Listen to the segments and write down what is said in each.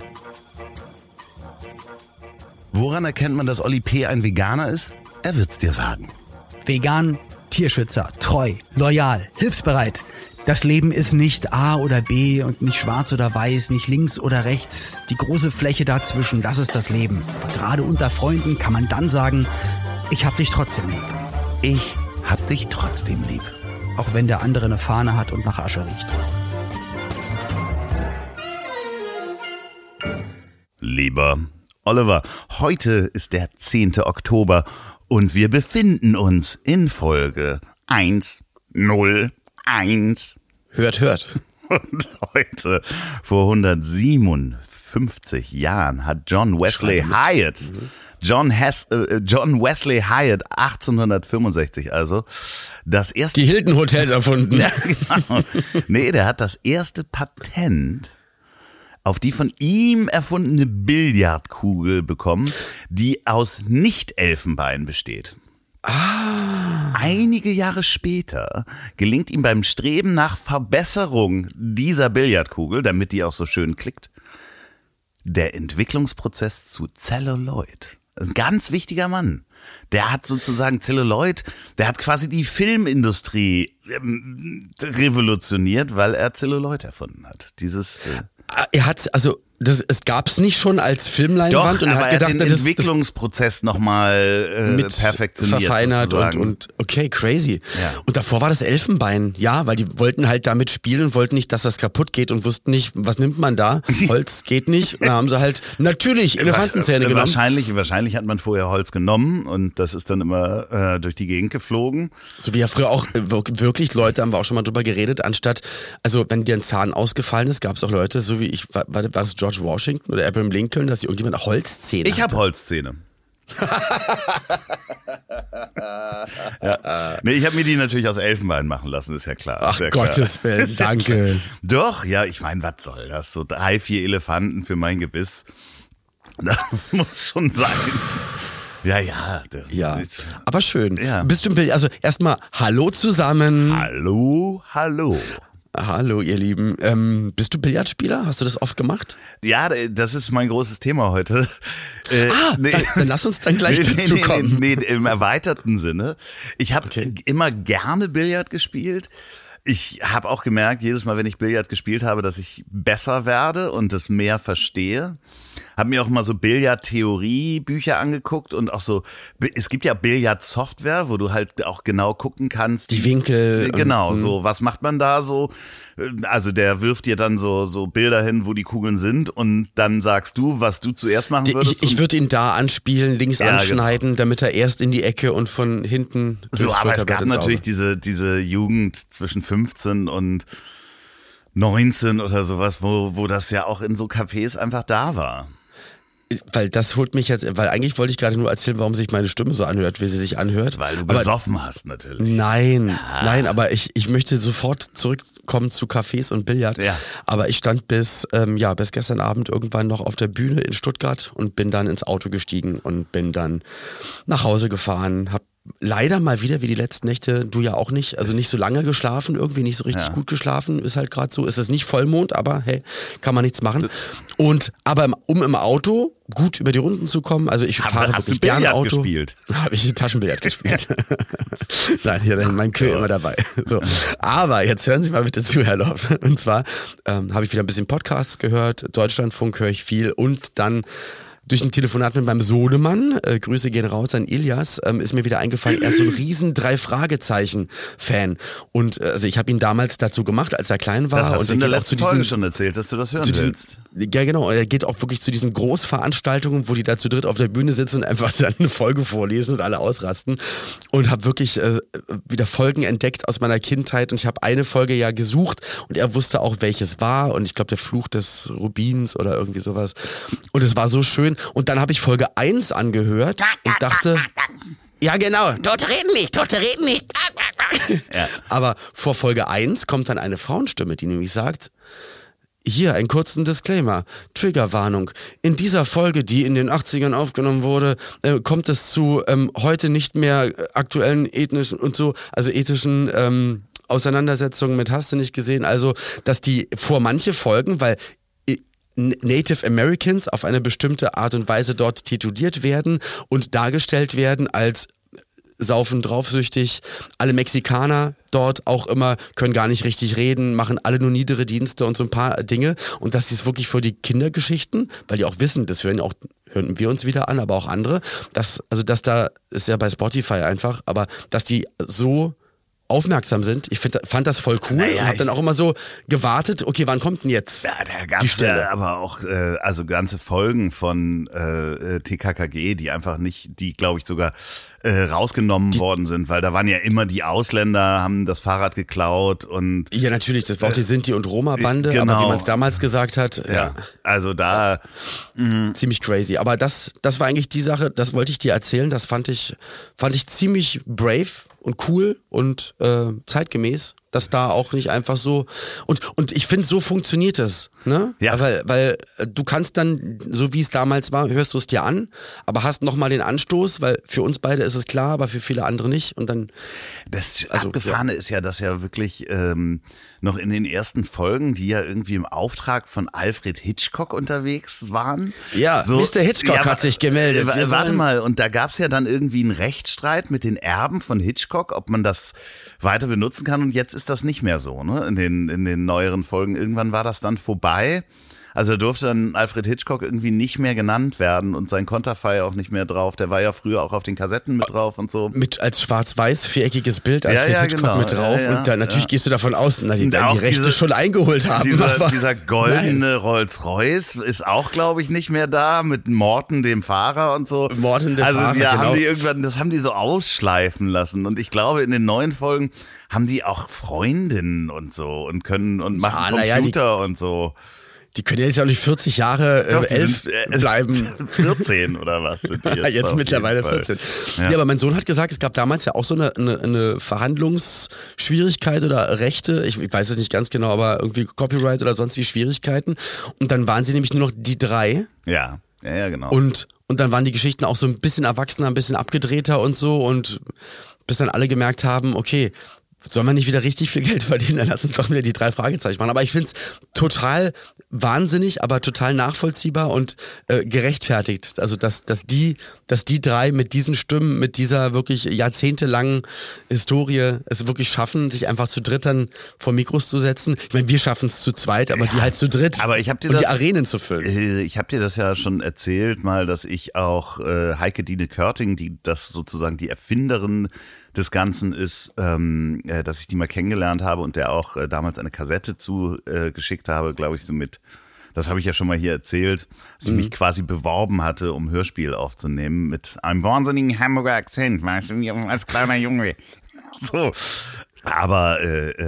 Woran erkennt man, dass Olli P. ein Veganer ist? Er wird's dir sagen. Vegan, Tierschützer, treu, loyal, hilfsbereit. Das Leben ist nicht A oder B und nicht schwarz oder weiß, nicht links oder rechts. Die große Fläche dazwischen, das ist das Leben. Aber gerade unter Freunden kann man dann sagen, ich hab dich trotzdem lieb. Ich hab dich trotzdem lieb. Auch wenn der andere eine Fahne hat und nach Asche riecht. Lieber Oliver, heute ist der 10. Oktober und wir befinden uns in Folge 101. Hört. Und heute, vor 157 Jahren, hat John Wesley Hyatt, John Wesley Hyatt, 1865 also, das erste... Die Hilton Hotels erfunden. Ja, genau. Nee, der hat das erste Patent auf die von ihm erfundene Billardkugel bekommen, die aus Nicht-Elfenbein besteht. Einige Jahre später gelingt ihm beim Streben nach Verbesserung dieser Billardkugel, damit die auch so schön klickt, der Entwicklungsprozess zu Celluloid. Ein ganz wichtiger Mann. Der hat sozusagen Celluloid, der hat quasi die Filmindustrie revolutioniert, weil er Celluloid erfunden hat. Er hat, also es gab's nicht schon als Filmleinwand. Doch, und aber er hat gedacht, den Entwicklungsprozess nochmal mit perfektioniert. Verfeinert und okay, crazy. Ja. Und davor war das Elfenbein, ja, weil die wollten halt damit spielen und wollten nicht, dass das kaputt geht und wussten nicht, was nimmt man da? Holz geht nicht. Und dann haben sie halt natürlich Elefantenzähne genommen. Wahrscheinlich hat man vorher Holz genommen und das ist dann immer durch die Gegend geflogen. So wie ja früher auch wirklich Leute, haben wir auch schon mal drüber geredet, anstatt, also wenn dir ein Zahn ausgefallen ist, gab es auch Leute, so wie ich, war das George Washington oder Abraham Lincoln, dass irgendjemand Holzzähne Ich habe Holzzähne. Ja. Nee, ich habe mir die natürlich aus Elfenbein machen lassen, ist ja klar. Ach Gottes Willen, danke. Doch, ja, ich meine, was soll das? So 3-4 Elefanten für mein Gebiss. Das muss schon sein. Ja. Ja, aber schön. Ja. Bist du, also erstmal Hallo zusammen. Hallo. Hallo, ihr Lieben. Bist du Billardspieler? Hast du das oft gemacht? Ja, das ist mein großes Thema heute. Dann lass uns dann gleich dazu kommen. Nee, im erweiterten Sinne. Ich habe immer gerne Billard gespielt. Ich habe auch gemerkt, jedes Mal, wenn ich Billard gespielt habe, dass ich besser werde und das mehr verstehe. Habe mir auch mal so Billard-Theorie-Bücher angeguckt und auch so, es gibt ja Billard-Software, wo du halt auch genau gucken kannst. Die Winkel. Genau, so, was macht man da so? Also der wirft dir dann so Bilder hin, wo die Kugeln sind und dann sagst du, was du zuerst machen würdest. Ich würde ihn da anspielen, links anschneiden, genau, damit er erst in die Ecke und von hinten. So, aber es gab natürlich diese Jugend zwischen 15 und 19 oder sowas, wo das ja auch in so Cafés einfach da war. Weil das holt mich jetzt, weil eigentlich wollte ich gerade nur erzählen, warum sich meine Stimme so anhört, wie sie sich anhört. Weil du besoffen hast natürlich. Nein, aber ich möchte sofort zurückkommen zu Cafés und Billard. Ja. Aber ich stand bis gestern Abend irgendwann noch auf der Bühne in Stuttgart und bin dann ins Auto gestiegen und bin dann nach Hause gefahren, hab leider mal wieder wie die letzten Nächte, du ja auch nicht, also nicht so lange geschlafen, irgendwie nicht so richtig gut geschlafen, ist halt gerade so, ist es nicht Vollmond, aber hey, kann man nichts machen. Aber um im Auto gut über die Runden zu kommen, also ich fahre wirklich gerne Auto. Gespielt? Habe ich Taschenbillard gespielt. Nein, hier dann mein Kühl immer dabei. So. Aber jetzt hören Sie mal bitte zu, Herr Loff. Und zwar habe ich wieder ein bisschen Podcasts gehört, Deutschlandfunk höre ich viel und dann durch ein Telefonat mit meinem Sohnemann, Grüße gehen raus an Ilias, ist mir wieder eingefallen, er ist so ein riesen 3-Fragezeichen-Fan. Und also ich habe ihn damals dazu gemacht, als er klein war. Das hast und du in der letzten Folge schon erzählt, dass du das hören willst. Ja genau, er geht auch wirklich zu diesen Großveranstaltungen, wo die da zu dritt auf der Bühne sitzen und einfach dann eine Folge vorlesen und alle ausrasten. Und habe wirklich wieder Folgen entdeckt aus meiner Kindheit. Und ich habe eine Folge ja gesucht und er wusste auch, welches war. Und ich glaube, der Fluch des Rubins oder irgendwie sowas. Und es war so schön. Und dann habe ich Folge 1 angehört und dachte, ja genau, Tote reden nicht. Ja. Aber vor Folge 1 kommt dann eine Frauenstimme, die nämlich sagt, hier einen kurzen Disclaimer, Triggerwarnung. In dieser Folge, die in den 80ern aufgenommen wurde, kommt es zu heute nicht mehr aktuellen ethischen Auseinandersetzungen mit hast du nicht gesehen. Also, dass die vor manche Folgen, weil Native Americans auf eine bestimmte Art und Weise dort tituliert werden und dargestellt werden als saufen draufsüchtig. Alle Mexikaner dort auch immer können gar nicht richtig reden, machen alle nur niedere Dienste und so ein paar Dinge. Und das ist wirklich für die Kindergeschichten, weil die auch wissen, das hören wir uns wieder an, aber auch andere, dass da ist ja bei Spotify einfach, aber dass die so aufmerksam sind. Ich fand das voll cool und habe dann auch immer so gewartet, okay, wann kommt denn jetzt da gab's ja aber auch also ganze Folgen von TKKG, die einfach nicht, die glaube ich sogar rausgenommen worden sind, weil da waren ja immer die Ausländer, haben das Fahrrad geklaut und... Ja, natürlich, das war auch die Sinti- und Roma-Bande, genau. aber wie man es damals gesagt hat, ja. Also da... ziemlich crazy. Aber das war eigentlich die Sache, das wollte ich dir erzählen, das fand ich ziemlich brave und cool und zeitgemäß, dass da auch nicht einfach so und ich finde, so funktioniert es, ne? Ja. Weil du kannst dann, so wie es damals war, hörst du es dir an, aber hast nochmal den Anstoß, weil für uns beide ist es klar, aber für viele andere nicht und dann... Das Abgefahrene ist ja, dass ja wirklich noch in den ersten Folgen, die ja irgendwie im Auftrag von Alfred Hitchcock unterwegs waren. Ja, so, Mr. Hitchcock hat sich gemeldet. Warte mal, und da gab es ja dann irgendwie einen Rechtsstreit mit den Erben von Hitchcock, ob man das weiter benutzen kann und jetzt ist das nicht mehr so, ne? In den neueren Folgen. Irgendwann war das dann vorbei. Also durfte dann Alfred Hitchcock irgendwie nicht mehr genannt werden und sein Konterfei auch nicht mehr drauf. Der war ja früher auch auf den Kassetten mit drauf und so. Mit als schwarz-weiß viereckiges Bild Alfred Hitchcock genau. mit drauf. Ja, und dann natürlich gehst du davon aus, dass die Rechte schon eingeholt haben. Dieser goldene Rolls-Royce ist auch, glaube ich, nicht mehr da mit Morton, dem Fahrer und so. Morton, der Fahrer, ja, genau. Das haben die so ausschleifen lassen. Und ich glaube, in den neuen Folgen haben die auch Freundinnen und so und können und machen Computer und so. Die können ja jetzt auch nicht 40 Jahre 11 bleiben. 14 oder was sind die jetzt? Jetzt mittlerweile 14. Ja, aber mein Sohn hat gesagt, es gab damals ja auch so eine Verhandlungsschwierigkeit oder Rechte, ich weiß es nicht ganz genau, aber irgendwie Copyright oder sonst wie Schwierigkeiten. Und dann waren sie nämlich nur noch die 3. Ja, genau. Und dann waren die Geschichten auch so ein bisschen erwachsener, ein bisschen abgedrehter und so und bis dann alle gemerkt haben, okay, soll man nicht wieder richtig viel Geld verdienen, dann lass uns doch wieder die 3 Fragezeichen machen. Aber ich finde es total wahnsinnig, aber total nachvollziehbar und gerechtfertigt. Also dass die 3 mit diesen Stimmen, mit dieser wirklich jahrzehntelangen Historie es wirklich schaffen, sich einfach zu dritt dann vor Mikros zu setzen. Ich meine, wir schaffen es zu zweit, aber die halt zu dritt aber die Arenen zu füllen. Ich habe dir das ja schon erzählt mal, dass ich auch Heike Dine Körting, die das sozusagen die Erfinderin des Ganzen ist, dass ich die mal kennengelernt habe und der auch damals eine Kassette geschickt habe, glaube ich, so mit, das habe ich ja schon mal hier erzählt, dass ich mich quasi beworben hatte, um Hörspiel aufzunehmen mit einem wahnsinnigen Hamburger Akzent, weißt du, als kleiner Junge. So. Aber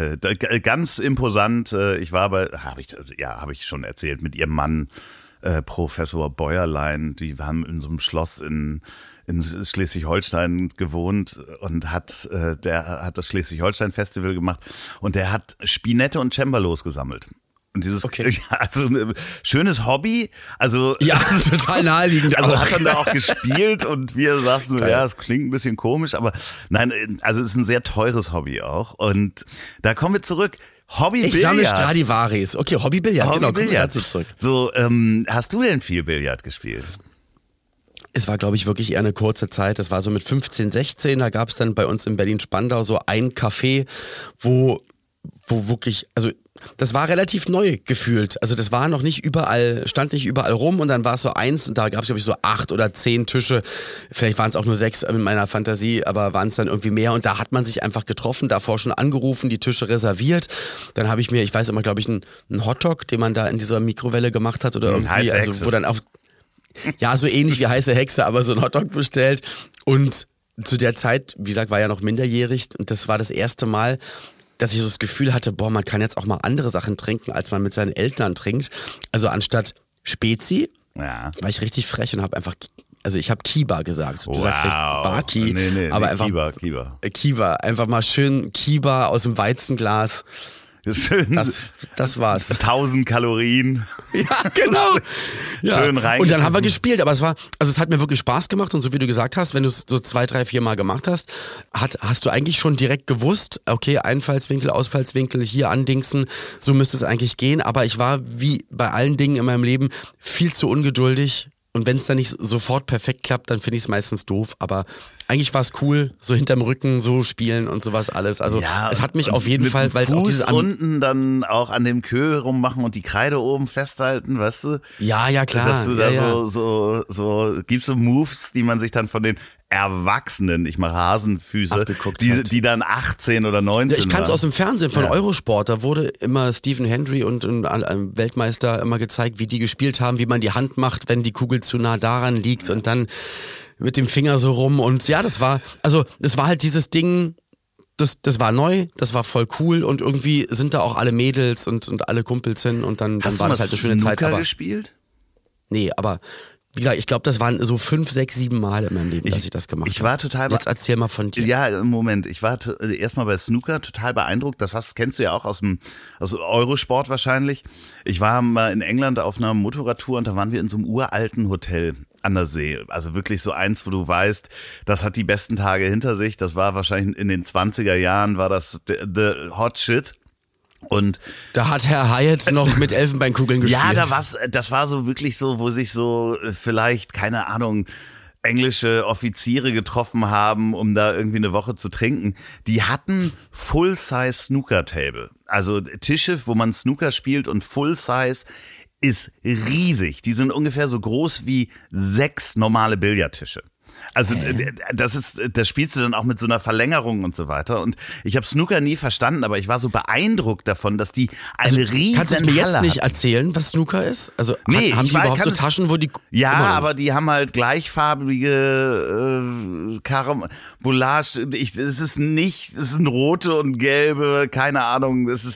ganz imposant, ich war habe ich schon erzählt, mit ihrem Mann, Professor Bäuerlein, die haben in so einem Schloss in Schleswig-Holstein gewohnt und der hat das Schleswig-Holstein-Festival gemacht und der hat Spinette und Cembalos gesammelt. Und dieses, also ein schönes Hobby, also. Ja, total naheliegend. Also hat dann da auch gespielt und wir saßen so, ja, es klingt ein bisschen komisch, aber nein, also es ist ein sehr teures Hobby auch. Und da kommen wir zurück. Hobby-Billard. Ich sammle Stradivaris. Okay, Hobby-Billard, genau, kommen wir dazu zurück. So, hast du denn viel Billard gespielt? Es war, glaube ich, wirklich eher eine kurze Zeit. Das war so mit 15, 16. Da gab es dann bei uns in Berlin-Spandau so ein Café, wo wirklich, also das war relativ neu gefühlt. Also das war noch nicht überall, stand nicht überall rum und dann war es so eins und da gab es, glaube ich, so 8 oder 10 Tische. Vielleicht waren es auch nur 6 in meiner Fantasie, aber waren es dann irgendwie mehr und da hat man sich einfach getroffen, davor schon angerufen, die Tische reserviert. Dann habe ich mir, ich weiß immer, glaube ich, einen Hotdog, den man da in dieser Mikrowelle gemacht hat oder irgendwie, also wo dann auf ja, so ähnlich wie heiße Hexe, aber so ein Hotdog bestellt. Und zu der Zeit, wie gesagt, war ja noch minderjährig und das war das erste Mal, dass ich so das Gefühl hatte, boah, man kann jetzt auch mal andere Sachen trinken, als man mit seinen Eltern trinkt. Also anstatt Spezi war ich richtig frech und habe einfach, also ich habe Kiba gesagt. Du sagst vielleicht Barki, aber einfach Kiba. Kiba, einfach mal schön Kiba aus dem Weizenglas. Schön. Das war's. 1000 Kalorien. Ja, genau. Ja. Schön rein. Und dann haben wir gespielt, aber es hat mir wirklich Spaß gemacht und so wie du gesagt hast, wenn du es so 2, 3, 4 Mal gemacht hast, hast du eigentlich schon direkt gewusst, okay, Einfallswinkel, Ausfallswinkel, hier andingsen, so müsste es eigentlich gehen, aber ich war wie bei allen Dingen in meinem Leben viel zu ungeduldig. Und wenn es dann nicht sofort perfekt klappt, dann finde ich es meistens doof. Aber eigentlich war es cool, so hinterm Rücken so spielen und sowas alles. Also ja, es hat mich auf jeden Fall, weil es auch dieses unten dann auch an dem Queue rummachen und die Kreide oben festhalten, weißt du? Ja, klar. Dass du da so gibst so Moves, die man sich dann von den Erwachsenen, ich mache Hasenfüße, die dann 18 oder 19 Ich kannte es aus dem Fernsehen von Eurosport, da wurde immer Stephen Hendry und ein Weltmeister immer gezeigt, wie die gespielt haben, wie man die Hand macht, wenn die Kugel zu nah daran liegt und dann mit dem Finger so rum und ja, das war halt dieses Ding, das war neu, das war voll cool und irgendwie sind da auch alle Mädels und alle Kumpels hin und dann war das halt eine schöne Zeit. Hast du gespielt? Nee, aber wie gesagt, ich glaube, das waren so 5, 6, 7 Mal in meinem Leben, dass ich das gemacht habe. Ich war total Jetzt erzähl mal von dir. Ja, Moment. Ich war erstmal bei Snooker total beeindruckt. Kennst du ja auch aus Eurosport wahrscheinlich. Ich war mal in England auf einer Motorradtour und da waren wir in so einem uralten Hotel an der See. Also wirklich so eins, wo du weißt, das hat die besten Tage hinter sich. Das war wahrscheinlich in den 20er Jahren, war das the hot shit. Und da hat Herr Hyatt noch mit Elfenbeinkugeln gespielt. Ja, das war so wirklich so, wo sich so vielleicht, keine Ahnung, englische Offiziere getroffen haben, um da irgendwie eine Woche zu trinken. Die hatten Full-Size Snooker-Table. Also Tische, wo man Snooker spielt und Full-Size ist riesig. Die sind ungefähr so groß wie 6 normale Billardtische. Also das spielst du dann auch mit so einer Verlängerung und so weiter. Und ich habe Snooker nie verstanden, aber ich war so beeindruckt davon, dass die eine riesen Kannst du es mir jetzt nicht hatten. Erzählen, was Snooker ist? Also nee, haben die überhaupt so Taschen, wo die... Ja, aber die haben halt gleichfarbige Karambolage. Es sind rote und gelbe, keine Ahnung, ich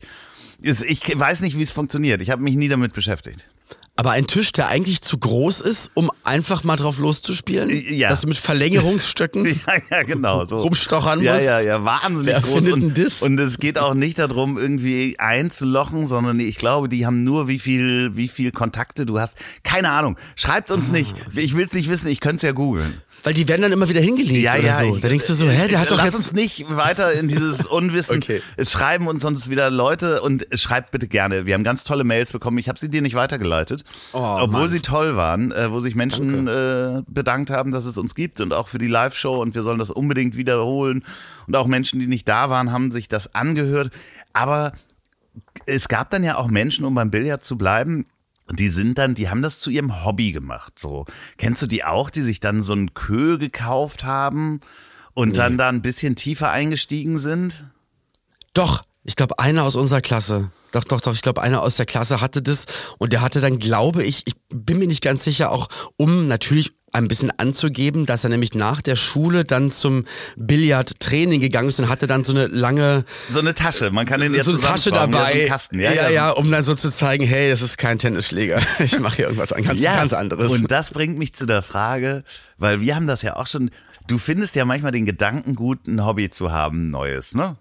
weiß nicht, wie es funktioniert. Ich habe mich nie damit beschäftigt. Aber ein Tisch, der eigentlich zu groß ist, um einfach mal drauf loszuspielen? Ja. Dass du mit Verlängerungsstöcken ja, genau, so rumstochern musst? Ja, wahnsinnig Wer groß. Findet das? Und es geht auch nicht darum, irgendwie einzulochen, sondern ich glaube, die haben nur, wie viel Kontakte du hast. Keine Ahnung. Schreibt uns nicht. Ich will es nicht wissen, ich könnte es ja googeln. Weil die werden dann immer wieder hingelegt oder so. Da denkst du so, der hat doch lass jetzt... uns nicht weiter in dieses Unwissen. Okay. Es schreiben uns sonst wieder Leute und schreibt bitte gerne. Wir haben ganz tolle Mails bekommen. Ich habe sie dir nicht weitergeleitet. Obwohl sie toll waren, wo sich Menschen bedankt haben, dass es uns gibt und auch für die Live-Show und wir sollen das unbedingt wiederholen. Und auch Menschen, die nicht da waren, haben sich das angehört. Aber es gab dann ja auch Menschen, um beim Billard zu bleiben, die haben das zu ihrem Hobby gemacht. So, kennst du die auch, die sich dann so einen Queue gekauft haben und dann da ein bisschen tiefer eingestiegen sind? Doch, ich glaube, einer aus unserer Klasse. Doch, ich glaube, einer aus der Klasse hatte das und der hatte dann, glaube ich bin mir nicht ganz sicher, auch um natürlich ein bisschen anzugeben, dass er nämlich nach der Schule dann zum Billardtraining gegangen ist und hatte dann so eine lange... So eine Tasche, man kann den jetzt so eine Tasche dabei, so einen Kasten. Ja, um dann so zu zeigen, hey, das ist kein Tennisschläger, ich mache hier irgendwas ganz anderes. Und das bringt mich zu der Frage, weil wir haben das ja auch schon, du findest ja manchmal den Gedanken gut, ein Hobby zu haben, ein neues, ne?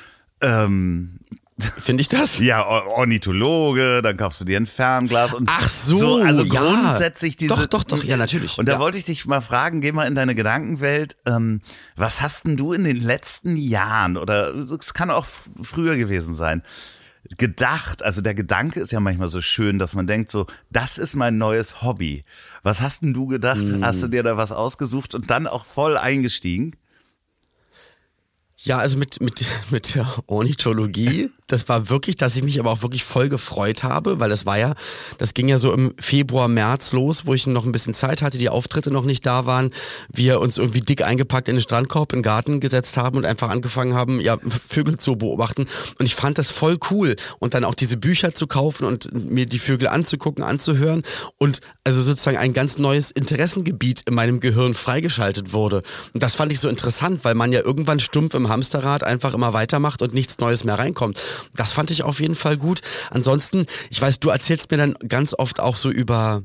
Finde ich das? Ja, Ornithologe, dann kaufst du dir ein Fernglas und ach so, also ja. Grundsätzlich diese... Doch, ja, natürlich. Und da wollte ich dich mal fragen, geh mal in deine Gedankenwelt, was hast denn du in den letzten Jahren, oder es kann auch früher gewesen sein, gedacht, also der Gedanke ist ja manchmal so schön, dass man denkt so, das ist mein neues Hobby. Was hast denn du gedacht? Hast du dir da was ausgesucht und dann auch voll eingestiegen? Ja, also mit der Ornithologie, das war wirklich, dass ich mich aber auch wirklich voll gefreut habe, weil das ging ja so im Februar, März los, wo ich noch ein bisschen Zeit hatte, die Auftritte noch nicht da waren, wir uns irgendwie dick eingepackt in den Strandkorb, in den Garten gesetzt haben und einfach angefangen haben, ja, Vögel zu beobachten und ich fand das voll cool und dann auch diese Bücher zu kaufen und mir die Vögel anzugucken, anzuhören und also sozusagen ein ganz neues Interessengebiet in meinem Gehirn freigeschaltet wurde und das fand ich so interessant, weil man ja irgendwann stumpf im Hamsterrad einfach immer weitermacht und nichts Neues mehr reinkommt. Das fand ich auf jeden Fall gut. Ansonsten, ich weiß, du erzählst mir dann ganz oft auch so über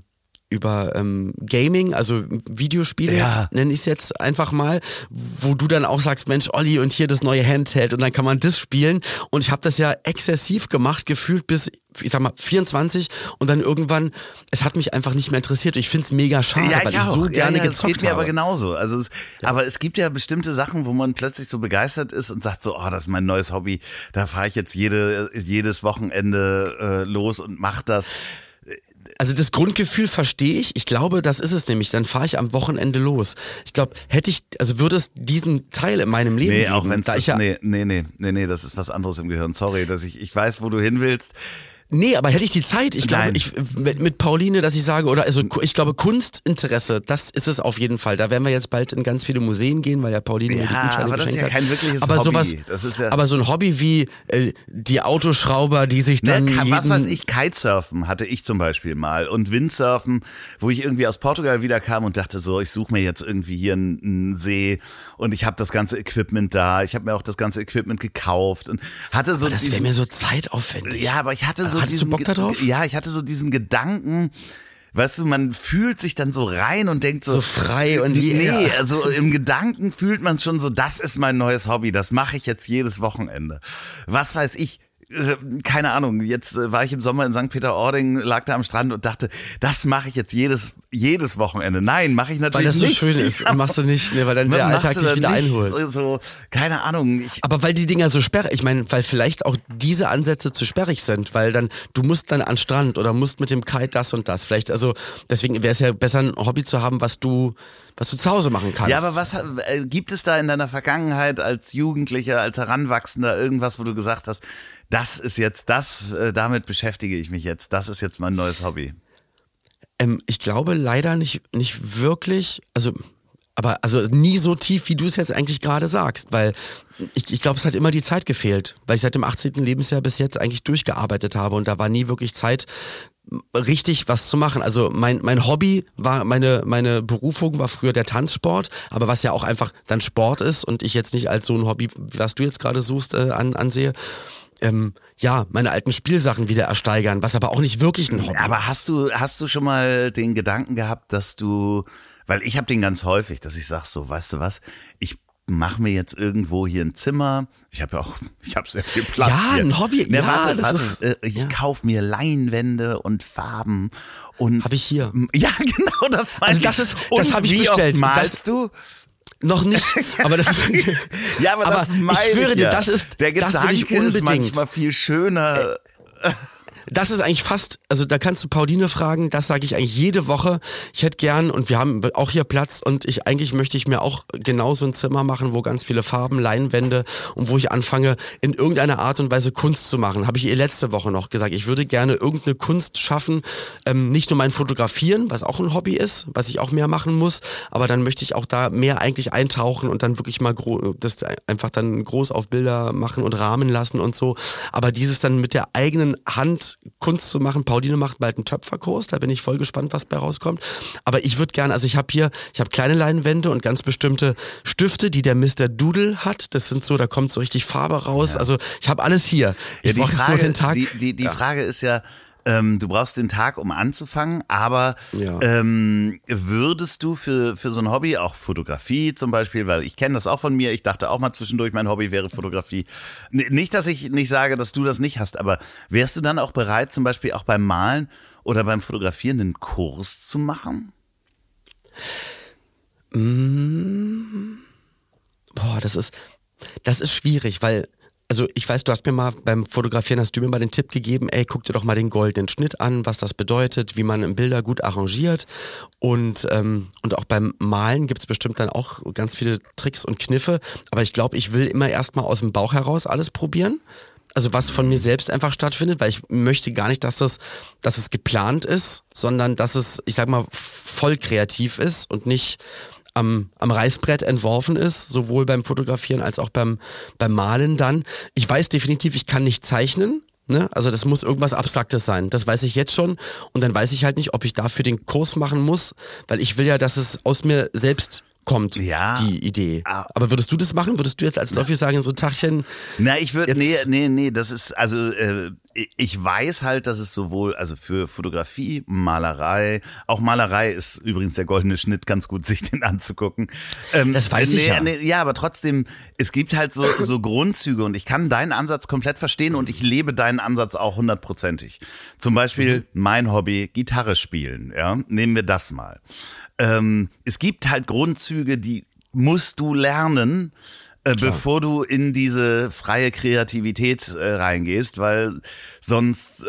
Gaming, also Videospiele, nenne ich es jetzt einfach mal, wo du dann auch sagst, Mensch, Olli, und hier das neue Handheld und dann kann man das spielen. Und ich habe das ja exzessiv gemacht, gefühlt bis, ich sag mal, 24 und dann irgendwann, es hat mich einfach nicht mehr interessiert. Ich find's mega schade, weil ich so gerne gezockt habe. Das geht mir aber genauso. Also aber es gibt ja bestimmte Sachen, wo man plötzlich so begeistert ist und sagt so, oh, das ist mein neues Hobby, da fahre ich jetzt jedes Wochenende los und mach das. Also das Grundgefühl verstehe ich. Ich glaube, das ist es nämlich. Dann fahre ich am Wochenende los. Ich glaube, würde es diesen Teil in meinem Leben geben. Auch wenn's nee, das ist was anderes im Gehirn. Sorry, dass ich weiß, wo du hin willst. Nee, aber hätte ich die Zeit, ich glaube, mit Pauline, dass ich sage, ich glaube, Kunstinteresse, das ist es auf jeden Fall. Da werden wir jetzt bald in ganz viele Museen gehen, weil ja Pauline mir die Gutscheine geschenkt hat. Aber das ist ja kein wirkliches aber Hobby. Aber so ein Hobby wie die Autoschrauber, die sich dann Kitesurfen hatte ich zum Beispiel mal und Windsurfen, wo ich irgendwie aus Portugal wiederkam und dachte so, ich suche mir jetzt irgendwie hier einen See und ich habe das ganze Equipment da. Ich habe mir auch das ganze Equipment gekauft und hatte so. Aber das wäre mir so zeitaufwendig. Ja, aber ich hatte so Hattest du Bock da drauf? Ja, ich hatte so diesen Gedanken, weißt du, man fühlt sich dann so rein und denkt so frei und nee, also im Gedanken fühlt man schon so, das ist mein neues Hobby, das mache ich jetzt jedes Wochenende. Was weiß ich, keine Ahnung, jetzt war ich im Sommer in St. Peter-Ording, lag da am Strand und dachte, das mache ich jetzt jedes Wochenende. Nein, mache ich natürlich nicht. Weil das so schön ist und machst du nicht, weil dann der Alltag dich wieder einholt. So, keine Ahnung. Aber weil die Dinger so sperrig, ich meine, weil vielleicht auch diese Ansätze zu sperrig sind, weil dann, du musst dann an den Strand oder musst mit dem Kite das und das. Vielleicht, also deswegen wäre es ja besser, ein Hobby zu haben, was du zu Hause machen kannst. Ja, aber was gibt es da in deiner Vergangenheit als Jugendlicher, als Heranwachsender irgendwas, wo du gesagt hast, das ist jetzt damit beschäftige ich mich jetzt, das ist jetzt mein neues Hobby? Ich glaube leider nicht wirklich, aber nie so tief, wie du es jetzt eigentlich gerade sagst, weil ich glaube, es hat immer die Zeit gefehlt, weil ich seit dem 18. Lebensjahr bis jetzt eigentlich durchgearbeitet habe und da war nie wirklich Zeit, richtig was zu machen. Also mein Hobby war, meine Berufung war früher der Tanzsport, aber was ja auch einfach dann Sport ist und ich jetzt nicht als so ein Hobby, was du jetzt gerade suchst, ansehe. Meine alten Spielsachen wieder ersteigern, was aber auch nicht wirklich ein Hobby ist. Aber hast du schon mal den Gedanken gehabt, dass du, weil ich habe den ganz häufig, dass ich sage so, weißt du was, ich mache mir jetzt irgendwo hier ein Zimmer, ich habe sehr viel Platz hier. Ein Hobby, ich kaufe mir Leinwände und Farben und habe ich hier. Ja, genau, das weiß ich. Das habe ich bestellt. Wie oft malst du? Noch nicht, aber das ist, ja, aber das meine ich schwöre dir, das der Gedanke das will ich unbedingt. Ist manchmal viel schöner. Das ist eigentlich fast, also da kannst du Pauline fragen, das sage ich eigentlich jede Woche. Ich hätte gern, und wir haben auch hier Platz und eigentlich möchte ich mir auch genauso ein Zimmer machen, wo ganz viele Farben, Leinwände und wo ich anfange, in irgendeiner Art und Weise Kunst zu machen. Habe ich ihr letzte Woche noch gesagt. Ich würde gerne irgendeine Kunst schaffen, nicht nur mein Fotografieren, was auch ein Hobby ist, was ich auch mehr machen muss, aber dann möchte ich auch da mehr eigentlich eintauchen und dann wirklich mal das einfach dann groß auf Bilder machen und rahmen lassen und so. Aber dieses dann mit der eigenen Hand Kunst zu machen. Pauline macht bald einen Töpferkurs, da bin ich voll gespannt, was bei rauskommt. Aber ich würde gerne, also ich habe kleine Leinwände und ganz bestimmte Stifte, die der Mr. Doodle hat. Das sind so, da kommt so richtig Farbe raus. Ja. Also ich habe alles hier. Ich brauche so den Tag. Die Frage ist ja, du brauchst den Tag, um anzufangen, aber würdest du für so ein Hobby, auch Fotografie zum Beispiel, weil ich kenne das auch von mir, ich dachte auch mal zwischendurch, mein Hobby wäre Fotografie. Nicht, dass ich nicht sage, dass du das nicht hast, aber wärst du dann auch bereit, zum Beispiel auch beim Malen oder beim Fotografieren einen Kurs zu machen? Das ist schwierig, weil also ich weiß, du hast mir mal beim Fotografieren, hast du mir mal den Tipp gegeben, guck dir doch mal den goldenen Schnitt an, was das bedeutet, wie man Bilder gut arrangiert und auch beim Malen gibt's bestimmt dann auch ganz viele Tricks und Kniffe, aber ich glaube, ich will immer erstmal aus dem Bauch heraus alles probieren. Also was von mir selbst einfach stattfindet, weil ich möchte gar nicht, dass es geplant ist, sondern dass es, ich sag mal, voll kreativ ist und nicht am Reißbrett entworfen ist, sowohl beim Fotografieren als auch beim Malen dann. Ich weiß definitiv, ich kann nicht zeichnen, ne? Also das muss irgendwas Abstraktes sein. Das weiß ich jetzt schon und dann weiß ich halt nicht, ob ich dafür den Kurs machen muss, weil ich will ja, dass es aus mir selbst kommt, die Idee. Aber würdest du das machen? Würdest du jetzt als Loffi sagen, so ein Tagchen? Na, ich würde, nee, das ist, also ich weiß halt, dass es sowohl, also für Fotografie, Malerei, auch Malerei ist übrigens der goldene Schnitt, ganz gut sich den anzugucken. Das weiß ich ja. Ja, aber trotzdem, es gibt halt so Grundzüge und ich kann deinen Ansatz komplett verstehen und ich lebe deinen Ansatz auch 100%ig. Zum Beispiel mein Hobby, Gitarre spielen, ja, nehmen wir das mal. Es gibt halt Grundzüge, die musst du lernen, bevor du in diese freie Kreativität reingehst, weil sonst,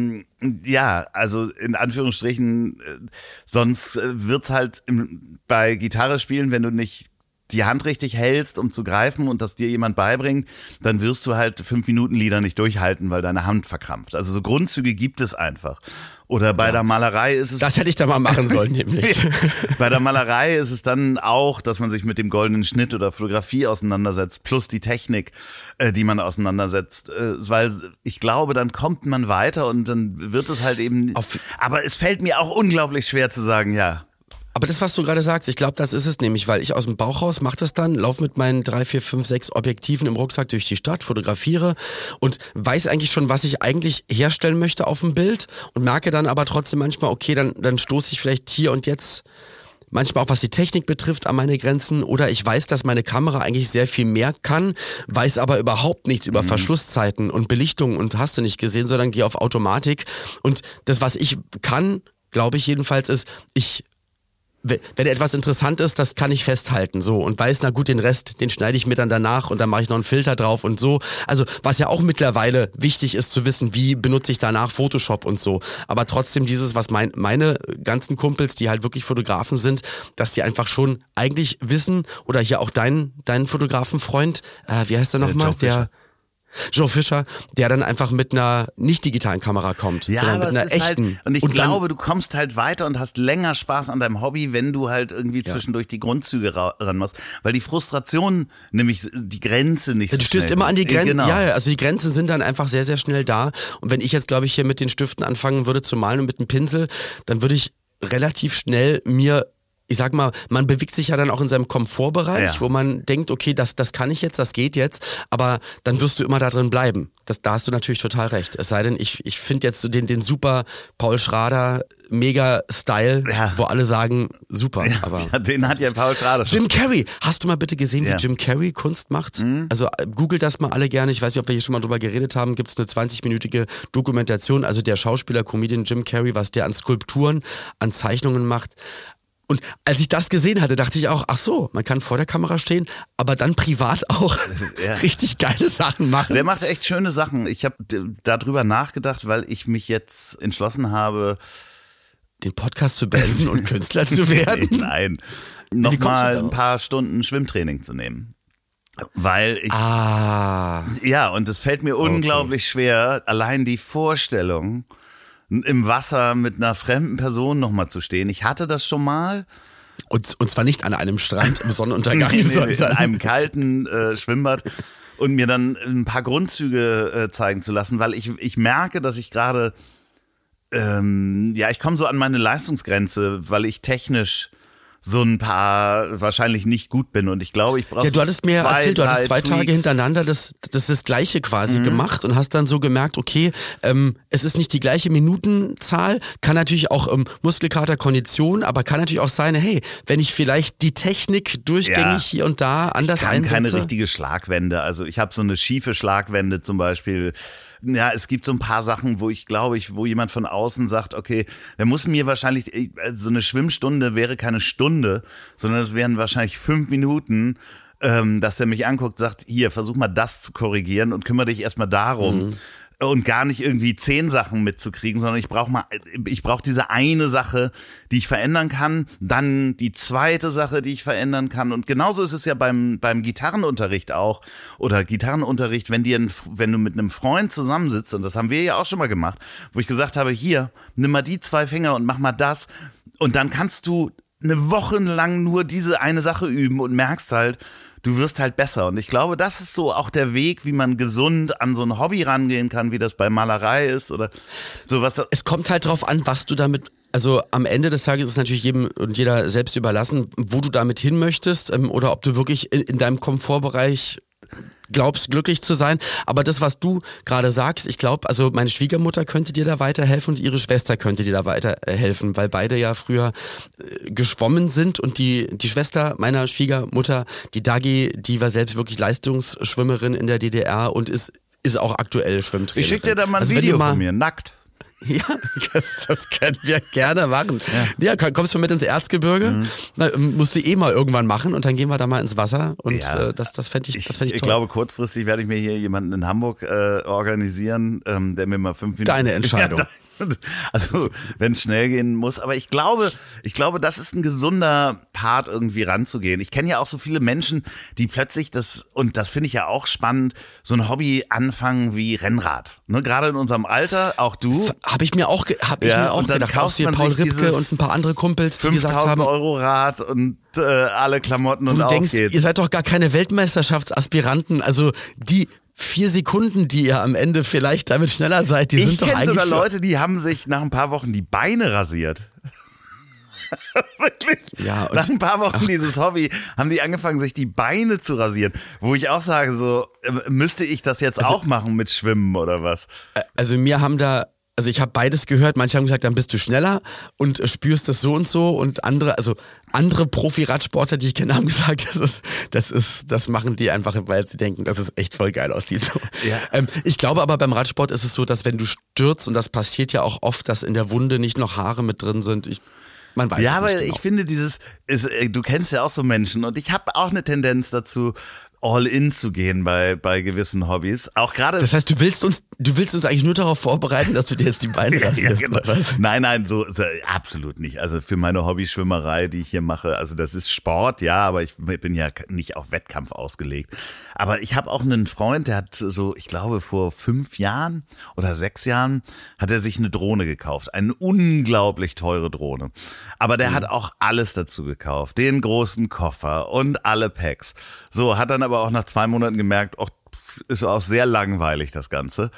also in Anführungsstrichen, sonst wird's halt bei Gitarre spielen, wenn du nicht die Hand richtig hältst, um zu greifen und das dir jemand beibringt, dann wirst du halt 5-Minuten-Lieder nicht durchhalten, weil deine Hand verkrampft. Also so Grundzüge gibt es einfach. Oder bei der Malerei ist es... Das hätte ich da mal machen sollen, nämlich. Bei der Malerei ist es dann auch, dass man sich mit dem goldenen Schnitt oder Fotografie auseinandersetzt, plus die Technik, die man auseinandersetzt. Weil ich glaube, dann kommt man weiter und dann wird es halt eben... Aber es fällt mir auch unglaublich schwer zu sagen, ja. Aber das, was du gerade sagst, ich glaube, das ist es nämlich, weil ich aus dem Bauch raus mache das dann, laufe mit meinen 3, 4, 5, 6 Objektiven im Rucksack durch die Stadt, fotografiere und weiß eigentlich schon, was ich eigentlich herstellen möchte auf dem Bild und merke dann aber trotzdem manchmal, okay, dann stoße ich vielleicht hier und jetzt manchmal auch was die Technik betrifft an meine Grenzen oder ich weiß, dass meine Kamera eigentlich sehr viel mehr kann, weiß aber überhaupt nichts über Verschlusszeiten und Belichtung und hast du nicht gesehen, sondern gehe auf Automatik und das, was ich kann, glaube ich jedenfalls, ist, wenn etwas interessant ist, das kann ich festhalten, so, und weiß, na gut, den Rest, den schneide ich mir dann danach und dann mache ich noch einen Filter drauf und so. Also, was ja auch mittlerweile wichtig ist zu wissen, wie benutze ich danach Photoshop und so. Aber trotzdem dieses, was meine ganzen Kumpels, die halt wirklich Fotografen sind, dass die einfach schon eigentlich wissen, oder hier auch dein Fotografenfreund, wie heißt der nochmal? Joe Fischer, der dann einfach mit einer nicht digitalen Kamera kommt, ja, sondern mit einer echten. Halt, und ich glaube, du kommst halt weiter und hast länger Spaß an deinem Hobby, wenn du halt irgendwie zwischendurch die Grundzüge ran machst, weil die Frustration nämlich die Grenze nicht so Du stößt immer an die Grenzen, genau. Ja, also die Grenzen sind dann einfach sehr, sehr schnell da und wenn ich jetzt, glaube ich, hier mit den Stiften anfangen würde zu malen und mit einem Pinsel, dann würde ich relativ schnell ich sag mal, man bewegt sich ja dann auch in seinem Komfortbereich, wo man denkt, okay, das kann ich jetzt, das geht jetzt, aber dann wirst du immer da drin bleiben. Da hast du natürlich total recht. Es sei denn, ich finde jetzt so den super Paul Schrader mega Style, wo alle sagen, super. Ja, aber den hat ja Paul Schrader schon. Jim Carrey, hast du mal bitte gesehen, wie Jim Carrey Kunst macht? Also googelt das mal alle gerne. Ich weiß nicht, ob wir hier schon mal drüber geredet haben. Gibt es eine 20-minütige Dokumentation, also der Schauspieler, Comedian Jim Carrey, was der an Skulpturen, an Zeichnungen macht. Und als ich das gesehen hatte, dachte ich auch, ach so, man kann vor der Kamera stehen, aber dann privat auch richtig geile Sachen machen. Der macht echt schöne Sachen. Ich habe darüber nachgedacht, weil ich mich jetzt entschlossen habe, den Podcast zu beenden und Künstler zu werden. Nein, nochmal ein paar Stunden Schwimmtraining zu nehmen. Weil ich, ja, und es fällt mir unglaublich schwer, allein die Vorstellung, im Wasser mit einer fremden Person nochmal zu stehen. Ich hatte das schon mal. Und zwar nicht an einem Strand im Sonnenuntergang, sondern in einem kalten Schwimmbad und mir dann ein paar Grundzüge zeigen zu lassen, weil ich merke, dass ich gerade, ich komme so an meine Leistungsgrenze, weil ich technisch so ein paar wahrscheinlich nicht gut bin und ich glaube, ich brauche du hattest mir erzählt, du hattest 2 Tage hintereinander das Gleiche quasi gemacht und hast dann so gemerkt, okay, es ist nicht die gleiche Minutenzahl, kann natürlich auch Muskelkater, Kondition, aber kann natürlich auch sein, hey, wenn ich vielleicht die Technik durchgängig hier und da anders einsetze. Ich kann keine richtige Schlagwende, also ich habe so eine schiefe Schlagwende zum Beispiel. Ja, es gibt so ein paar Sachen, wo ich glaube, wo jemand von außen sagt, okay, der muss mir wahrscheinlich, so eine Schwimmstunde wäre keine Stunde, sondern es wären wahrscheinlich 5 Minuten, dass er mich anguckt, sagt, hier, versuch mal das zu korrigieren und kümmere dich erstmal darum. Und gar nicht irgendwie 10 Sachen mitzukriegen, sondern ich brauche diese eine Sache, die ich verändern kann, dann die zweite Sache, die ich verändern kann. Und genauso ist es ja beim Gitarrenunterricht auch. Oder Gitarrenunterricht, wenn du mit einem Freund zusammensitzt, und das haben wir ja auch schon mal gemacht, wo ich gesagt habe, hier, nimm mal die 2 Finger und mach mal das. Und dann kannst du eine Woche lang nur diese eine Sache üben und merkst halt, du wirst halt besser. Und ich glaube, das ist so auch der Weg, wie man gesund an so ein Hobby rangehen kann, wie das bei Malerei ist oder sowas. Es kommt halt drauf an, was du damit, also am Ende des Tages ist es natürlich jedem und jeder selbst überlassen, wo du damit hin möchtest, oder ob du wirklich in deinem Komfortbereich glaubst, glücklich zu sein. Aber das, was du gerade sagst, ich glaube, also meine Schwiegermutter könnte dir da weiterhelfen und ihre Schwester könnte dir da weiterhelfen, weil beide ja früher geschwommen sind und die Schwester meiner Schwiegermutter, die Dagi, die war selbst wirklich Leistungsschwimmerin in der DDR und ist auch aktuell Schwimmtrainerin. Ich schicke dir da mal ein Video von mir, nackt. Ja, das können wir gerne machen. Ja, kommst du mit ins Erzgebirge? Na, musst du mal irgendwann machen und dann gehen wir da mal ins Wasser und das fände ich toll. Ich glaube, kurzfristig werde ich mir hier jemanden in Hamburg organisieren, der mir mal 5 Minuten... Deine Entscheidung. Also, wenn es schnell gehen muss. Aber ich glaube, das ist ein gesunder Part, irgendwie ranzugehen. Ich kenne ja auch so viele Menschen, die plötzlich und das finde ich ja auch spannend, so ein Hobby anfangen wie Rennrad. Ne, gerade in unserem Alter, auch du. Habe ich mir auch gedacht. Auch hier Paul Ripke und ein paar andere Kumpels, die gesagt haben, 5.000 Euro Rad und alle Klamotten und auf geht's. Ihr seid doch gar keine Weltmeisterschaftsaspiranten. Also die 4 Sekunden, die ihr am Ende vielleicht damit schneller seid, die sind doch eigentlich... Ich kenne sogar Leute, die haben sich nach ein paar Wochen die Beine rasiert. Wirklich? Ja, nach ein paar Wochen dieses Hobby haben die angefangen, sich die Beine zu rasieren. Wo ich auch sage, so müsste ich das jetzt auch machen mit Schwimmen oder was? Also ich habe beides gehört. Manche haben gesagt, dann bist du schneller und spürst das so und so. Und andere Profi-Radsportler, die ich kenne, haben gesagt, das machen die einfach, weil sie denken, dass es echt voll geil aussieht. So. Ja. Ich glaube aber beim Radsport ist es so, dass wenn du stürzt, und das passiert ja auch oft, dass in der Wunde nicht noch Haare mit drin sind. Man weiß ja, es nicht aber genau. Ich finde du kennst ja auch so Menschen und ich habe auch eine Tendenz dazu, all in zu gehen bei gewissen Hobbys. Auch gerade. Das heißt, du willst uns eigentlich nur darauf vorbereiten, dass du dir jetzt die Beine rasierst, genau. oder was? Nein, so absolut nicht. Also für meine Hobbyschwimmerei, die ich hier mache, also das ist Sport, ja, aber ich bin ja nicht auf Wettkampf ausgelegt. Aber ich habe auch einen Freund, der hat so, ich glaube vor 5 Jahren oder 6 Jahren hat er sich eine Drohne gekauft. Eine unglaublich teure Drohne. Aber der hat auch alles dazu gekauft. Den großen Koffer und alle Packs. So, hat dann aber auch nach 2 Monaten gemerkt, ist auch sehr langweilig das Ganze.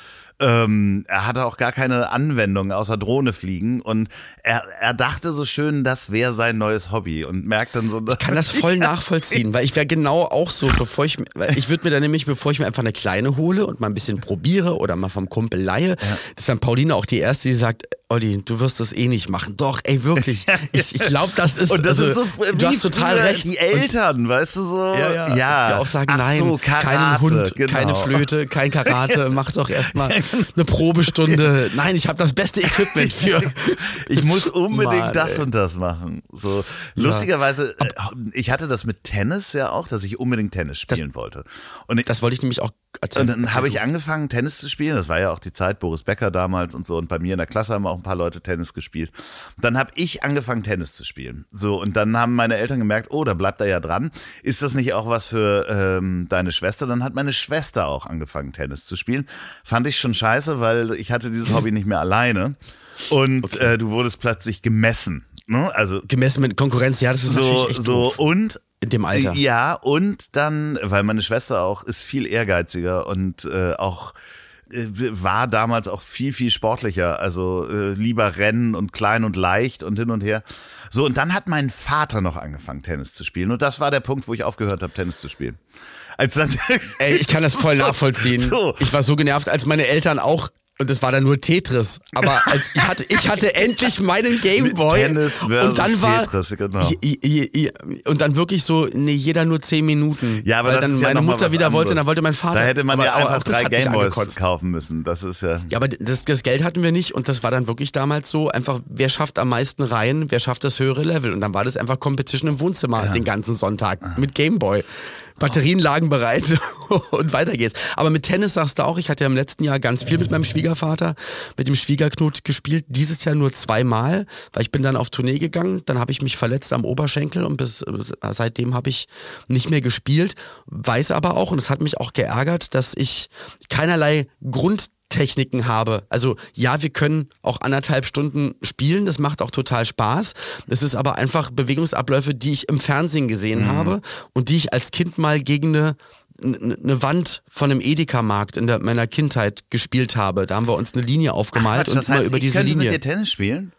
Er hatte auch gar keine Anwendung außer Drohne fliegen und er dachte so schön, das wäre sein neues Hobby und merkt dann so. Ich kann das voll nachvollziehen, weil ich wäre genau auch so, bevor ich mir einfach eine kleine hole und mal ein bisschen probiere oder mal vom Kumpel leihe, ist dann Pauline auch die Erste, die sagt, Olli, du wirst das eh nicht machen. Doch, ey, wirklich. Ich glaube, das ist, und das ist so, du hast total recht. Die Eltern, weißt du so? Ja. Die auch sagen, nein, so, Karate, keinen Hund, genau. keine Flöte, kein Karate, mach doch erstmal eine Probestunde. Nein, ich habe das beste Equipment für... Ich muss unbedingt und das machen. So, lustigerweise, ich hatte das mit Tennis ja auch, dass ich unbedingt Tennis spielen wollte. Und das wollte ich nämlich auch erzählen. Und dann habe ich angefangen, Tennis zu spielen. Das war ja auch die Zeit, Boris Becker damals und so. Und bei mir in der Klasse haben auch ein paar Leute Tennis gespielt. Dann habe ich angefangen, Tennis zu spielen. So, und dann haben meine Eltern gemerkt, oh, da bleibt er ja dran. Ist das nicht auch was für deine Schwester? Dann hat meine Schwester auch angefangen, Tennis zu spielen. Fand ich schon scheiße, weil ich hatte dieses Hobby nicht mehr alleine. Und du wurdest plötzlich gemessen. Ne? Also, gemessen mit Konkurrenz, ja, das ist natürlich echt doof. Und in dem Alter. Ja, und dann, weil meine Schwester auch ist viel ehrgeiziger und auch war damals auch viel, viel sportlicher. Also lieber Rennen und klein und leicht und hin und her. So, und dann hat mein Vater noch angefangen, Tennis zu spielen. Und das war der Punkt, wo ich aufgehört habe, Tennis zu spielen. Ey, ich kann das voll nachvollziehen. So. Ich war so genervt, als meine Eltern auch. Und das war dann nur Tetris. Aber ich hatte endlich meinen Gameboy. Tennis versus und dann war Tetris, genau. Und dann wirklich so, nee, jeder nur 10 Minuten. Ja, aber weil das dann ist ja meine Mutter was wieder anderes. wollte, dann wollte mein Vater. Da hätte man ja einfach 3 Gameboys Gameboys kaufen müssen. Das ist ja. Ja, aber das Geld hatten wir nicht und das war dann wirklich damals so einfach, wer schafft am meisten rein, wer schafft das höhere Level. Und dann war das einfach Competition im Wohnzimmer den ganzen Sonntag mit Gameboy. Batterien lagen bereit und weiter geht's. Aber mit Tennis sagst du auch, ich hatte ja im letzten Jahr ganz viel mit meinem Schwiegervater, mit dem Schwiegerknut gespielt. Dieses Jahr nur 2-mal, weil ich bin dann auf Tournee gegangen, dann habe ich mich verletzt am Oberschenkel und seitdem habe ich nicht mehr gespielt. Weiß aber auch, und es hat mich auch geärgert, dass ich keinerlei Grundtechniken habe. Also ja, wir können auch 1,5 Stunden spielen, das macht auch total Spaß. Es ist aber einfach Bewegungsabläufe, die ich im Fernsehen gesehen habe und die ich als Kind mal gegen eine Wand von einem Edeka-Markt in meiner Kindheit gespielt habe. Da haben wir uns eine Linie aufgemalt das und heißt, immer über diese Linie. Linie. Mit dir Tennis spielen?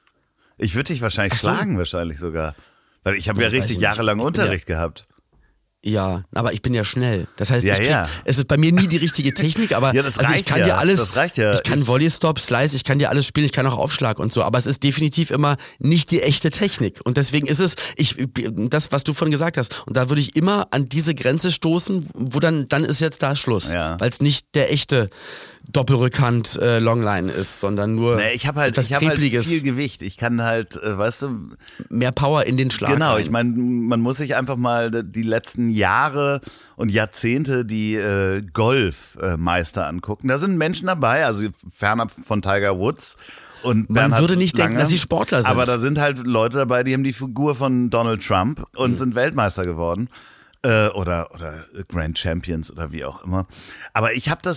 Ich würde dich wahrscheinlich schlagen, wahrscheinlich sogar. Weil ich habe ja richtig jahrelang Unterricht gehabt. Ja, aber ich bin ja schnell. Das heißt, Ja, es ist bei mir nie die richtige Technik, aber Ja, das also ich reicht kann ja. dir alles, Das reicht ja. ich kann Volley-Stop, Slice, ich kann dir alles spielen, ich kann auch Aufschlag und so, aber es ist definitiv immer nicht die echte Technik und deswegen ist es, das, was du vorhin gesagt hast, und da würde ich immer an diese Grenze stoßen, wo dann ist jetzt da Schluss, weil es nicht der echte Doppelrückhand Longline ist, sondern nur ich habe halt viel Gewicht. Ich kann halt, weißt du, mehr Power in den Schlag. Genau, rein. ich meine, man muss sich einfach mal die letzten Jahre und Jahrzehnte die Golfmeister angucken. Da sind Menschen dabei, also fernab von Tiger Woods. Und man würde nicht denken, dass sie Sportler sind. Aber da sind halt Leute dabei, die haben die Figur von Donald Trump und sind Weltmeister geworden. Oder Grand Champions oder wie auch immer. Aber ich habe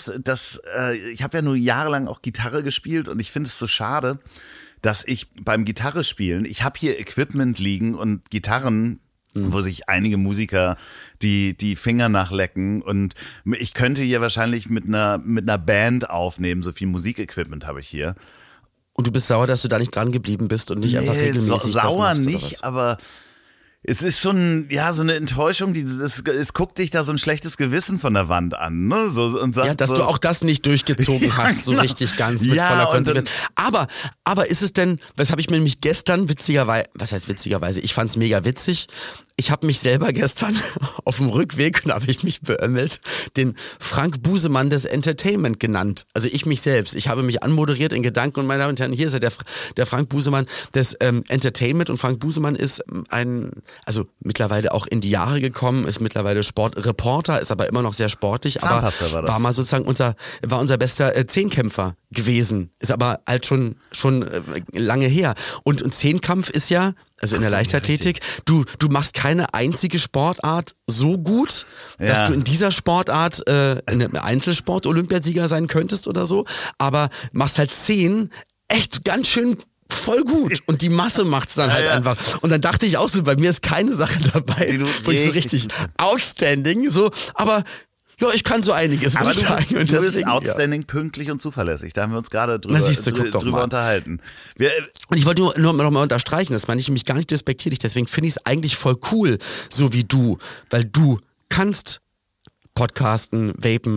ich habe ja nur jahrelang auch Gitarre gespielt und ich finde es so schade, dass ich beim Gitarre spielen, ich habe hier Equipment liegen und Gitarren, wo sich einige Musiker die Finger nachlecken und ich könnte hier wahrscheinlich mit einer Band aufnehmen, so viel Musikequipment habe ich hier. Und du bist sauer, dass du da nicht dran geblieben bist und nicht einfach regelmäßig sauer das machst, nicht, aber es ist schon, so eine Enttäuschung, es guckt dich da so ein schlechtes Gewissen von der Wand an, ne? Und sagt dass du auch das nicht durchgezogen hast, so richtig ganz mit voller Konsequenz. Aber ist es denn, das habe ich mir nämlich gestern witzigerweise, ich fand es mega witzig, ich habe mich selber gestern auf dem Rückweg, und da habe ich mich beömmelt, den Frank Busemann des Entertainment genannt. Also ich mich selbst. Ich habe mich anmoderiert in Gedanken und meine Damen und Herren, hier ist er, der Frank Busemann des Entertainment. Und Frank Busemann ist also mittlerweile auch in die Jahre gekommen, ist mittlerweile Sportreporter, ist aber immer noch sehr sportlich, aber war mal sozusagen unser bester Zehnkämpfer gewesen. Ist aber halt schon lange her. Und Zehnkampf ist ja, also in der Leichtathletik, du machst keine einzige Sportart so gut, dass du in dieser Sportart in einem Einzelsport Olympiasieger sein könntest oder so, aber machst halt 10 echt ganz schön voll gut und die Masse macht's dann halt einfach. Und dann dachte ich auch so, bei mir ist keine Sache dabei, wo ich so richtig outstanding, so, aber ja, ich kann so einiges, aber muss ich sagen. Und du bist outstanding, pünktlich und zuverlässig. Da haben wir uns gerade drüber unterhalten. Und ich wollte nur noch mal unterstreichen, das meine ich nämlich gar nicht despektierlich, deswegen finde ich es eigentlich voll cool, so wie du, weil du kannst Podcasten, Vapen,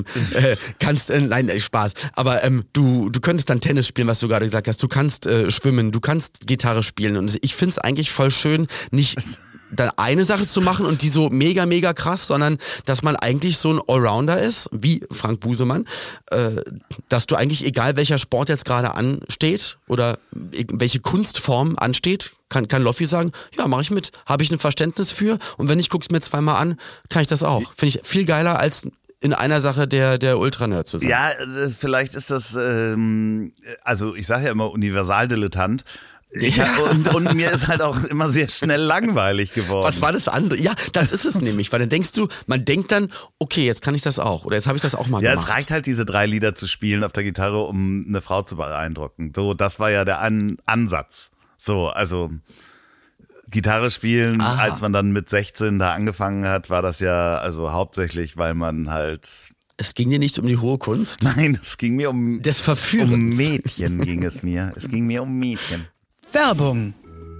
nein, Spaß, aber du könntest dann Tennis spielen, was du gerade gesagt hast, du kannst schwimmen, du kannst Gitarre spielen und ich finde es eigentlich voll schön, nicht dann eine Sache zu machen und die so mega, mega krass, sondern dass man eigentlich so ein Allrounder ist, wie Frank Busemann, dass du eigentlich, egal welcher Sport jetzt gerade ansteht oder welche Kunstform ansteht, kann Loffi sagen, ja, mache ich mit, habe ich ein Verständnis für und wenn ich guck's mir zweimal an, kann ich das auch. Finde ich viel geiler als in einer Sache der Ultranerd zu sein. Ja, vielleicht ist das, also ich sage ja immer Universaldilettant. Und mir ist halt auch immer sehr schnell langweilig geworden. Was war das andere? Ja, das ist es nämlich, weil dann man denkt dann, okay, jetzt kann ich das auch oder jetzt habe ich das auch mal gemacht. Ja, es reicht halt, diese 3 Lieder zu spielen auf der Gitarre, um eine Frau zu beeindrucken. So, das war ja der Ansatz. So, also Gitarre spielen, als man dann mit 16 da angefangen hat, war das ja also hauptsächlich, weil man halt... Es ging dir nicht um die hohe Kunst? Nein, es ging mir um... Des Verführens. Um Mädchen ging es mir. Es ging mir um Mädchen. Werbung.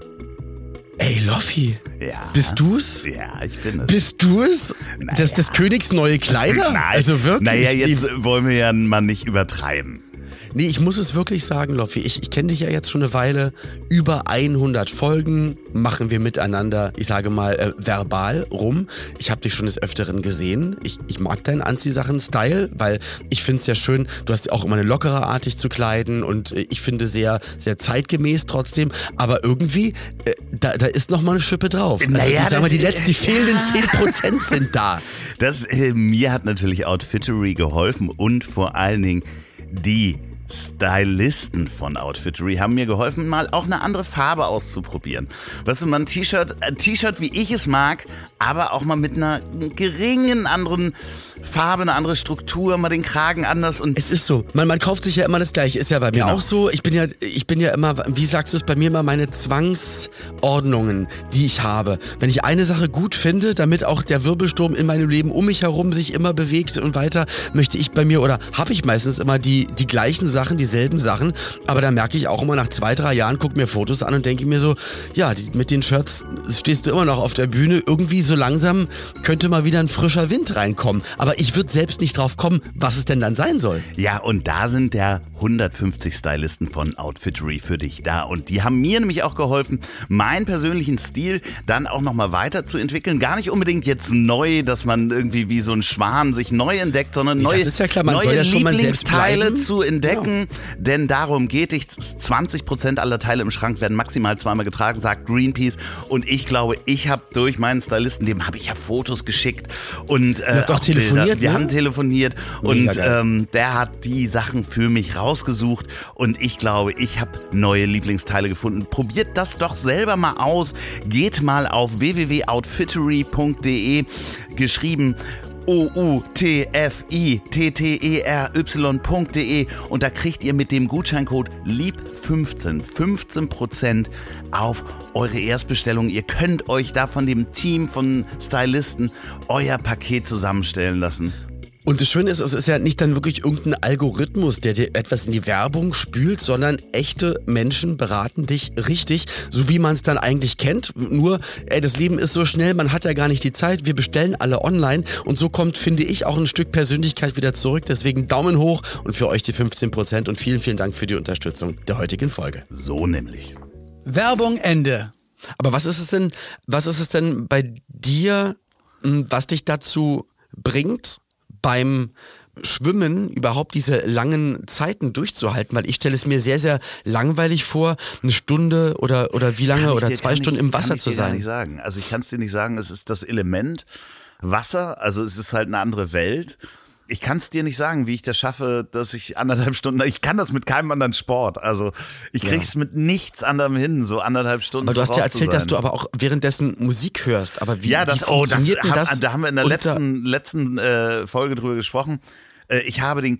Ey, Loffi. Ja. Bist du's? Ja, ich bin es. Bist du es? Naja. Des Königs neue Kleider? Nein. Also wirklich? Naja, jetzt wollen wir ja mal nicht übertreiben. Nee, ich muss es wirklich sagen, Loffi, ich kenne dich ja jetzt schon eine Weile. Über 100 Folgen machen wir miteinander, ich sage mal, verbal rum. Ich habe dich schon des Öfteren gesehen. Ich mag deinen Anziehsachen-Style, weil ich finde es ja schön, du hast auch immer eine lockere Art, dich zu kleiden und ich finde sehr, sehr zeitgemäß trotzdem. Aber irgendwie, da ist noch mal eine Schippe drauf. Also naja, ich sag mal, die fehlenden 10% sind da. Mir hat natürlich Outfittery geholfen und vor allen Dingen die Stylisten von Outfittery haben mir geholfen, mal auch eine andere Farbe auszuprobieren. Weißt du, mal ein T-Shirt, wie ich es mag, aber auch mal mit einer geringen anderen Farbe, eine andere Struktur, mal den Kragen anders und... Es ist so, man kauft sich ja immer das Gleiche, ist ja bei mir auch so. Ich bin ja immer, wie sagst du es, bei mir immer meine Zwangsordnungen, die ich habe. Wenn ich eine Sache gut finde, damit auch der Wirbelsturm in meinem Leben um mich herum sich immer bewegt und weiter, möchte ich bei mir, oder habe ich meistens immer die gleichen Sachen, dieselben Sachen, aber da merke ich auch immer nach 2-3 Jahren, gucke mir Fotos an und denke mir so, ja, mit den Shirts stehst du immer noch auf der Bühne, irgendwie so langsam könnte mal wieder ein frischer Wind reinkommen, aber ich würde selbst nicht drauf kommen, was es denn dann sein soll. Ja, und da sind der 150 Stylisten von Outfittery für dich da und die haben mir nämlich auch geholfen, meinen persönlichen Stil dann auch nochmal weiterzuentwickeln, gar nicht unbedingt jetzt neu, dass man irgendwie wie so ein Schwan sich neu entdeckt, sondern neue, das ist ja klar, man neue soll ja schon mal selbst Lieblingsteile bleiben. zu entdecken, denn darum geht es. 20% aller Teile im Schrank werden maximal 2-mal getragen, sagt Greenpeace und ich glaube, ich habe durch meinen Stylisten, dem habe ich ja Fotos geschickt und Ihr habt doch telefoniert, wir ne? haben telefoniert Mega und der hat die Sachen für mich rausgesucht und ich glaube, ich habe neue Lieblingsteile gefunden. Probiert das doch selber mal aus. Geht mal auf www.outfittery.de, geschrieben outfittery.de und da kriegt ihr mit dem Gutscheincode LIEB15 15% auf eure Erstbestellung. Ihr könnt euch da von dem Team von Stylisten euer Paket zusammenstellen lassen. Und das Schöne ist, es ist ja nicht dann wirklich irgendein Algorithmus, der dir etwas in die Werbung spült, sondern echte Menschen beraten dich richtig, so wie man es dann eigentlich kennt. Nur, das Leben ist so schnell, man hat ja gar nicht die Zeit, wir bestellen alle online und so kommt, finde ich, auch ein Stück Persönlichkeit wieder zurück. Deswegen Daumen hoch und für euch die 15% und vielen, vielen Dank für die Unterstützung der heutigen Folge. So nämlich. Werbung Ende. Aber was ist es denn bei dir, was dich dazu bringt, beim Schwimmen überhaupt diese langen Zeiten durchzuhalten, weil ich stelle es mir sehr, sehr langweilig vor, eine Stunde oder wie lange oder 2 Stunden im Wasser zu sein. Kann ich dir gar nicht sagen. Also ich kann es dir nicht sagen, es ist das Element Wasser, also es ist halt eine andere Welt. Ich kann es dir nicht sagen, wie ich das schaffe, dass ich 1,5 Stunden, ich kann das mit keinem anderen Sport, also ich krieg's mit nichts anderem hin, so 1,5 Stunden. Aber du hast ja erzählt, dass du aber auch währenddessen Musik hörst, aber wie funktioniert denn das? Da haben wir in der letzten Folge drüber gesprochen. Ich habe den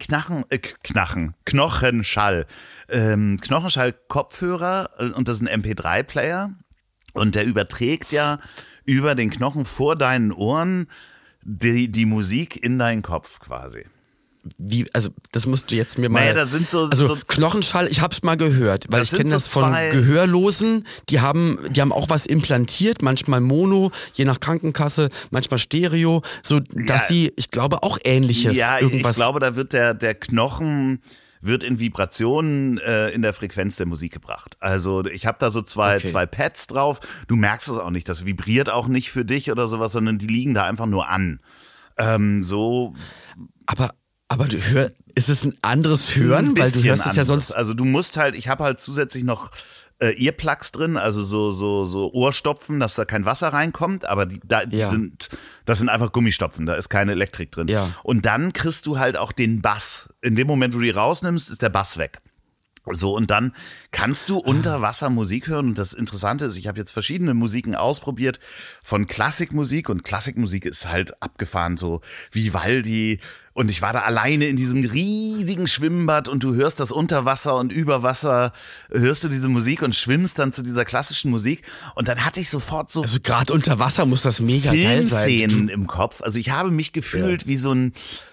Knochenschall-Kopfhörer und das ist ein MP3-Player und der überträgt ja über den Knochen vor deinen Ohren die Musik in deinen Kopf quasi. Wie, also das musst du jetzt mir mal... Naja, da sind so Knochenschall, ich hab's mal gehört, weil ich kenne das von Gehörlosen, die haben auch was implantiert, manchmal Mono, je nach Krankenkasse, manchmal Stereo, so dass sie, ich glaube, auch Ähnliches irgendwas... Ich glaube, da wird der Knochen wird in Vibrationen in der Frequenz der Musik gebracht. Also ich habe da so zwei Pads drauf. Du merkst es auch nicht. Das vibriert auch nicht für dich oder sowas, sondern die liegen da einfach nur an. So. Aber ist es ein anderes Hören? Weil du hörst es ja sonst... Also du musst halt, ich habe halt zusätzlich noch Earplugs drin, also so Ohrstopfen, dass da kein Wasser reinkommt, aber das sind einfach Gummistopfen, da ist keine Elektrik drin. Ja. Und dann kriegst du halt auch den Bass. In dem Moment, wo du die rausnimmst, ist der Bass weg. So, und dann kannst du unter Wasser Musik hören. Und das Interessante ist, ich habe jetzt verschiedene Musiken ausprobiert von Klassikmusik. Und Klassikmusik ist halt abgefahren, so Vivaldi. Und ich war da alleine in diesem riesigen Schwimmbad und du hörst das unter Wasser und über Wasser, hörst du diese Musik und schwimmst dann zu dieser klassischen Musik. Und dann hatte ich sofort so... Also gerade unter Wasser muss das mega geil sein. Filmszenen im Kopf. Also ich habe mich gefühlt wie so ein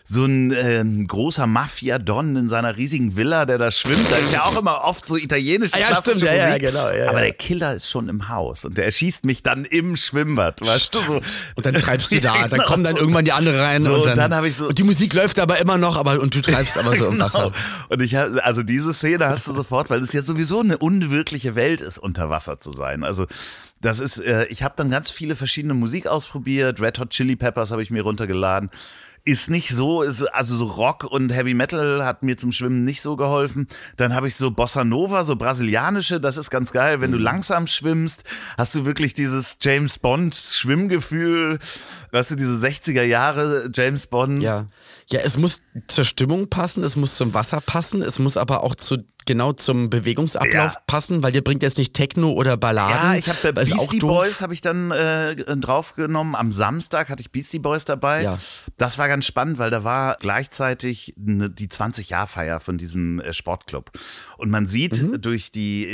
großer Mafia-Don in seiner riesigen Villa, der da schwimmt. Da ist ja auch immer oft so italienische klassische Musik. Ja, genau. Ja, aber der Killer ist schon im Haus und der erschießt mich dann im Schwimmbad, weißt du so. Und dann treibst du da, dann kommen dann irgendwann die anderen rein so, und dann habe ich so, und die Musik läuft aber immer noch, und du treibst aber so im Wasser. Und also diese Szene hast du sofort, weil es ja sowieso eine unwirkliche Welt ist, unter Wasser zu sein. Also das ist, ich habe dann ganz viele verschiedene Musik ausprobiert. Red Hot Chili Peppers habe ich mir runtergeladen. Ist nicht so, also so Rock und Heavy Metal hat mir zum Schwimmen nicht so geholfen. Dann habe ich so Bossa Nova, so brasilianische, das ist ganz geil. Wenn du langsam schwimmst, hast du wirklich dieses James Bond Schwimmgefühl, weißt du, diese 60er Jahre James Bond. Ja, es muss zur Stimmung passen, es muss zum Wasser passen, es muss aber auch genau zum Bewegungsablauf passen, weil dir bringt jetzt nicht Techno oder Balladen. Ja, ich habe bei Beastie Boys habe ich dann draufgenommen. Am Samstag hatte ich Beastie Boys dabei. Ja. Das war ganz spannend, weil da war gleichzeitig die 20-Jahr-Feier von diesem Sportclub. Und man sieht durch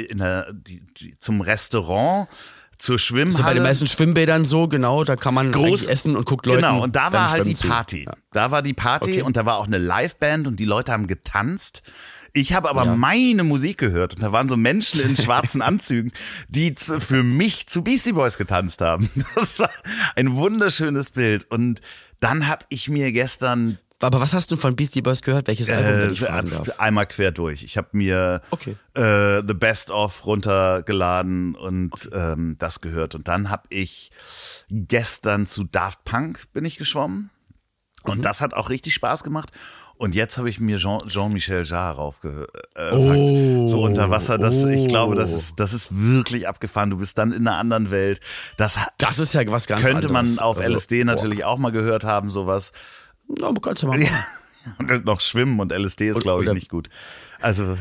zum Restaurant zur Schwimmhalle. So bei den meisten Schwimmbädern so, genau, da kann man essen und guckt Leuten. Genau, und da war halt die Party. Ja. Da war die Party und da war auch eine Liveband und die Leute haben getanzt. Ich habe aber meine Musik gehört und da waren so Menschen in schwarzen Anzügen, die für mich zu Beastie Boys getanzt haben. Das war ein wunderschönes Bild. Und dann habe ich mir gestern... Aber was hast du von Beastie Boys gehört? Welches Album, wenn ich fragen darf? Einmal quer durch. Ich habe mir The Best Of runtergeladen und das gehört. Und dann habe ich gestern zu Daft Punk bin ich geschwommen. Und das hat auch richtig Spaß gemacht. Und jetzt habe ich mir Jean-Michel Jarre raufgepackt. So unter Wasser. Ich glaube, das ist wirklich abgefahren. Du bist dann in einer anderen Welt. Das ist ja was ganz könnte anderes. man auf LSD natürlich auch mal gehört haben, sowas. Na, man kann's ja mal machen. Ja. Und noch schwimmen und LSD ist, glaube ich, nicht gut. Also,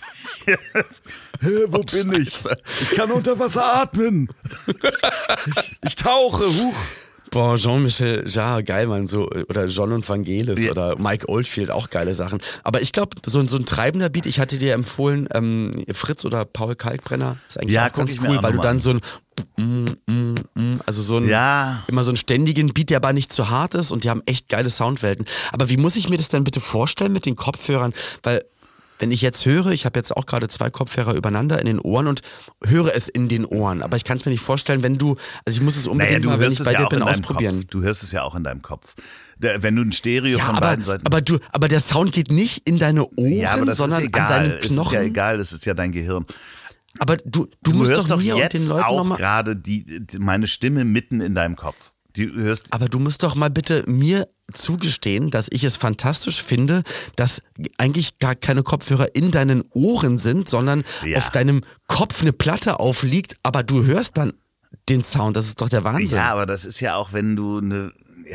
wo bin ich? Ich kann unter Wasser atmen. Ich tauche, huch. Boah, Jean-Michel Jarre, geil, Mann, so, oder John und Vangelis oder Mike Oldfield, auch geile Sachen. Aber ich glaube, so ein treibender Beat, ich hatte dir empfohlen, Fritz oder Paul Kalkbrenner, ist eigentlich auch ganz cool, weil du dann so ein also so ein, immer so einen ständigen Beat, der aber nicht zu hart ist und die haben echt geile Soundwelten. Aber wie muss ich mir das denn bitte vorstellen mit den Kopfhörern? Weil, wenn ich jetzt höre, ich habe jetzt auch gerade 2 Kopfhörer übereinander in den Ohren und höre es in den Ohren. Aber ich kann es mir nicht vorstellen, wenn du, also ich muss es unbedingt mal, wenn ich bei dir bin, ausprobieren. Du hörst es ja auch in deinem Kopf. Wenn du ein Stereo von beiden Seiten... Aber der Sound geht nicht in deine Ohren, sondern an deinen Knochen. Das ist ja egal, das ist ja dein Gehirn. Aber du musst hörst doch mir jetzt und den Leuten auch gerade meine Stimme mitten in deinem Kopf. Aber du musst doch mal bitte mir zugestehen, dass ich es fantastisch finde, dass eigentlich gar keine Kopfhörer in deinen Ohren sind, sondern auf deinem Kopf eine Platte aufliegt, aber du hörst dann den Sound. Das ist doch der Wahnsinn. Ja, aber das ist ja auch, wenn du eine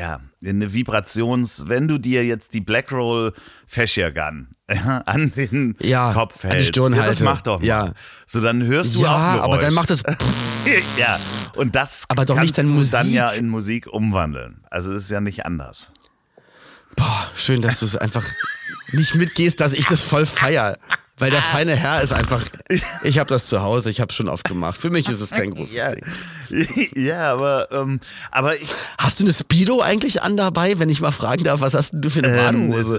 wenn du dir jetzt die Blackroll Fascia Gun an den Kopf hältst. An die Stirn halte. Das macht doch mal. Ja. So, dann hörst du auch Geräusch. Aber dann macht es ja, und das aber doch nicht kannst du dann ja in Musik umwandeln. Also das ist ja nicht anders. Boah, schön, dass du es einfach nicht mitgehst, dass ich das voll feier. Weil der feine Herr ist einfach, ich habe das zu Hause, ich habe schon oft gemacht. Für mich ist es kein großes Ding. Ja, aber ich... Hast du eine Speedo eigentlich an dabei, wenn ich mal fragen darf, was hast du für eine Badehose?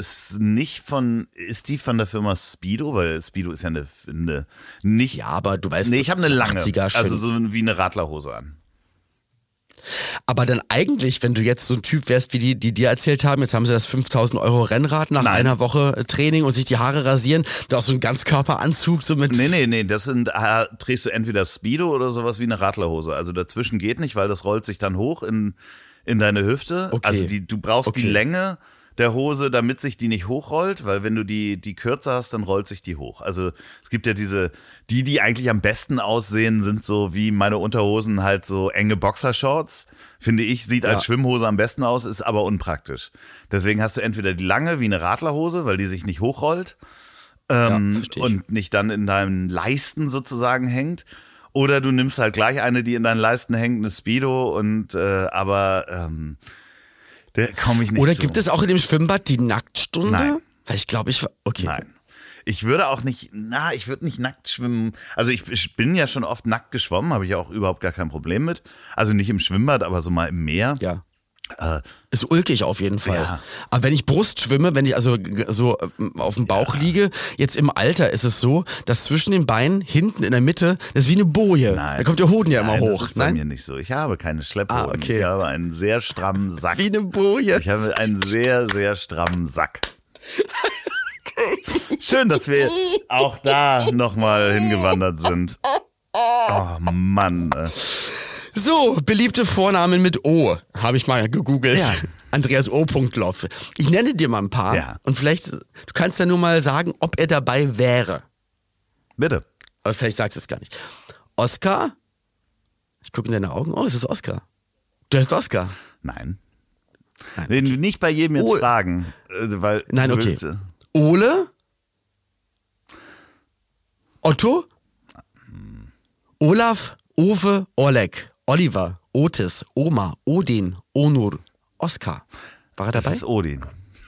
Ist die von der Firma Speedo? Weil Speedo ist ja eine nicht... Ja, aber du weißt... Nee, ich habe eine lange, 80er also so wie eine Radlerhose an. Aber dann eigentlich, wenn du jetzt so ein Typ wärst, wie die dir erzählt haben, jetzt haben sie das 5.000 € Rennrad nach einer Woche Training und sich die Haare rasieren, da auch so ein Ganzkörperanzug so mit... Nee, trägst du entweder Speedo oder sowas wie eine Radlerhose. Also dazwischen geht nicht, weil das rollt sich dann hoch in deine Hüfte. Okay. Also du brauchst die Länge der Hose, damit sich die nicht hochrollt, weil wenn du die kürzer hast, dann rollt sich die hoch. Also es gibt ja die eigentlich am besten aussehen, sind so wie meine Unterhosen halt so enge Boxershorts. Finde ich, sieht als Schwimmhose am besten aus, ist aber unpraktisch. Deswegen hast du entweder die lange wie eine Radlerhose, weil die sich nicht hochrollt und nicht dann in deinen Leisten sozusagen hängt. Oder du nimmst halt gleich eine, die in deinen Leisten hängt, eine Speedo da komme ich nicht Oder zu. gibt es auch in dem Schwimmbad die Nacktstunde? Nein. Weil ich glaube, okay. Nein. Ich würde auch nicht, ich würde nicht nackt schwimmen. Also ich bin ja schon oft nackt geschwommen, habe ich auch überhaupt gar kein Problem mit. Also nicht im Schwimmbad, aber so mal im Meer. Ja. Ist ulkig auf jeden Fall. Ja. Aber wenn ich Brust schwimme, wenn ich also so auf dem Bauch liege, jetzt im Alter ist es so, dass zwischen den Beinen, hinten in der Mitte, das ist wie eine Boje. Nein. Da kommt der Hoden ja immer hoch. Das ist bei mir nicht so. Ich habe keine Schlepphoden. Okay. Ich habe einen sehr strammen Sack. Wie eine Boje. Ich habe einen sehr, sehr strammen Sack. Schön, dass wir auch da nochmal hingewandert sind. Oh Mann. So, beliebte Vornamen mit O, habe ich mal gegoogelt. Ja. Andreas O. Loff. Ich nenne dir mal ein paar. Ja. Und vielleicht, du kannst ja nur mal sagen, ob er dabei wäre. Bitte. Aber vielleicht sagst du es gar nicht. Oskar? Ich gucke in deine Augen. Oh, es ist Oskar. Du heißt Oskar. Nein. Nicht bei jedem jetzt fragen. Weil Nein, okay. Ole? Otto? Olaf? Ove? Oleg? Oliver? Otis? Oma? Odin? Onur? Oskar? War er dabei? Das ist Odin.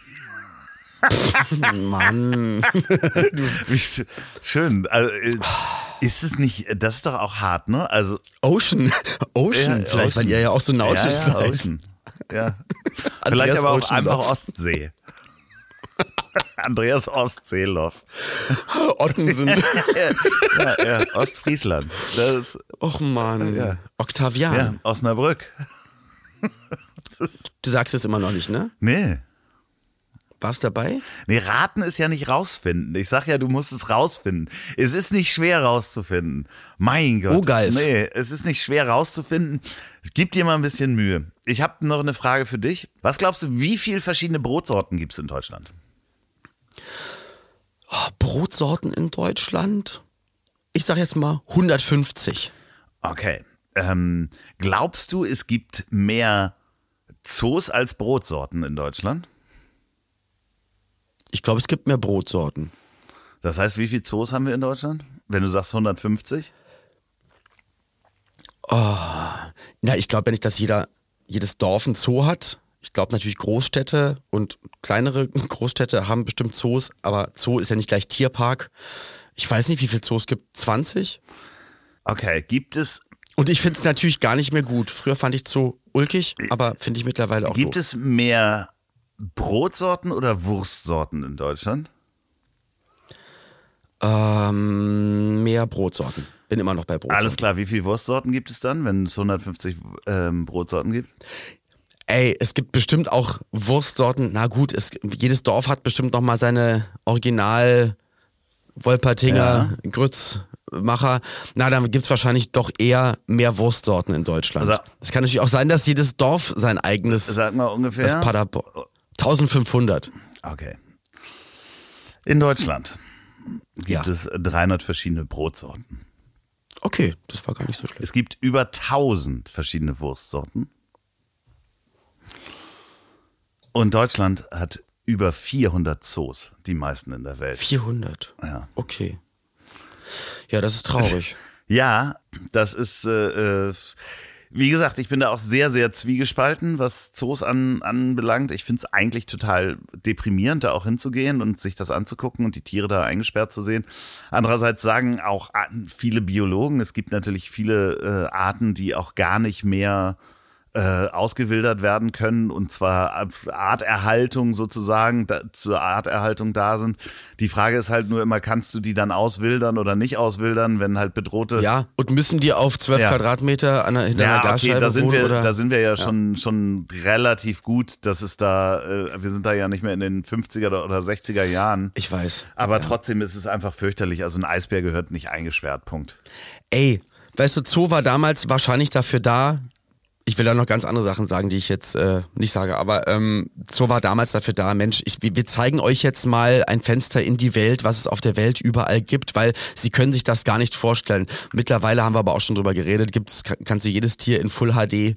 Mann. Schön. Also, ist es nicht, das ist doch auch hart, ne? Also Ocean, ja, vielleicht, Ocean. weil ihr ja auch so nautisch seid. Ocean. Ja. Vielleicht aber auch Ocean einfach Love. Ostsee. Andreas Ostseeloff. Ottensen. Ja, Ostfriesland. Das ist, Och Mann. Ja. Octavian. ja, Osnabrück. Du sagst es immer noch nicht, ne? Nee. Warst dabei? Nee, raten ist ja nicht rausfinden. Ich sag ja, du musst es rausfinden. Es ist nicht schwer rauszufinden. Mein Gott. Galf. Nee, es ist nicht schwer rauszufinden. Gib dir mal ein bisschen Mühe. Ich habe noch eine Frage für dich. Was glaubst du, wie viele verschiedene Brotsorten gibt es in Deutschland? Brotsorten in Deutschland? Ich sag jetzt mal 150. Okay. Glaubst du, es gibt mehr Zoos als Brotsorten in Deutschland? Ich glaube, es gibt mehr Brotsorten. Das heißt, wie viele Zoos haben wir in Deutschland? Wenn du sagst 150? Na, ich glaube ja nicht, dass jedes Dorf ein Zoo hat. Ich glaube natürlich Großstädte und kleinere Großstädte haben bestimmt Zoos, aber Zoo ist ja nicht gleich Tierpark. Ich weiß nicht, wie viele Zoos es gibt. 20? Okay, gibt es Und ich finde es natürlich gar nicht mehr gut. Früher fand ich Zoo ulkig, aber finde ich mittlerweile auch Gibt doof. es mehr Brotsorten oder Wurstsorten in Deutschland? Mehr Brotsorten. Bin immer noch bei Brotsorten. Alles klar, wie viele Wurstsorten gibt es dann, wenn es 150 Brotsorten gibt? Ey, es gibt bestimmt auch Wurstsorten. Na gut, jedes Dorf hat bestimmt noch mal seine Original Wolpertinger, Grützmacher. Na, dann gibt's wahrscheinlich doch eher mehr Wurstsorten in Deutschland. Also- Es kann natürlich auch sein, dass jedes Dorf sein eigenes, Sag mal ungefähr. das Paderborn. 1500. Okay. In Deutschland gibt Ja. es 300 verschiedene Brotsorten. Okay, das war gar nicht so schlecht. Es gibt über 1000 verschiedene Wurstsorten. Und Deutschland hat über 400 Zoos, die meisten in der Welt. 400. Ja. Okay. Ja, das ist traurig. Ja, das ist, wie gesagt, ich bin da auch sehr, sehr zwiegespalten, was Zoos anbelangt. Ich finde es eigentlich total deprimierend, da auch hinzugehen und sich das anzugucken und die Tiere da eingesperrt zu sehen. Andererseits sagen auch viele Biologen, es gibt natürlich viele Arten, die auch gar nicht mehr ausgewildert werden können und zwar Arterhaltung sozusagen, zur Arterhaltung da sind. Die Frage ist halt nur immer, kannst du die dann auswildern oder nicht auswildern, wenn halt bedrohte... Ja, und müssen die auf 12 Ja. Quadratmeter hinter einer Glasscheibe da sind wohnen? wir, oder? da sind wir ja schon relativ gut, dass es da, wir sind da ja nicht mehr in den 50er oder 60er Jahren. Ich weiß. Aber trotzdem ist es einfach fürchterlich. Also ein Eisbär gehört nicht eingesperrt, Punkt. Ey, weißt du, Zoo war damals wahrscheinlich dafür da, ich will da noch ganz andere Sachen sagen, die ich jetzt nicht sage, aber Zoo war damals dafür da, Mensch, wir zeigen euch jetzt mal ein Fenster in die Welt, was es auf der Welt überall gibt, weil sie können sich das gar nicht vorstellen. Mittlerweile haben wir aber auch schon drüber geredet, kannst du jedes Tier in Full HD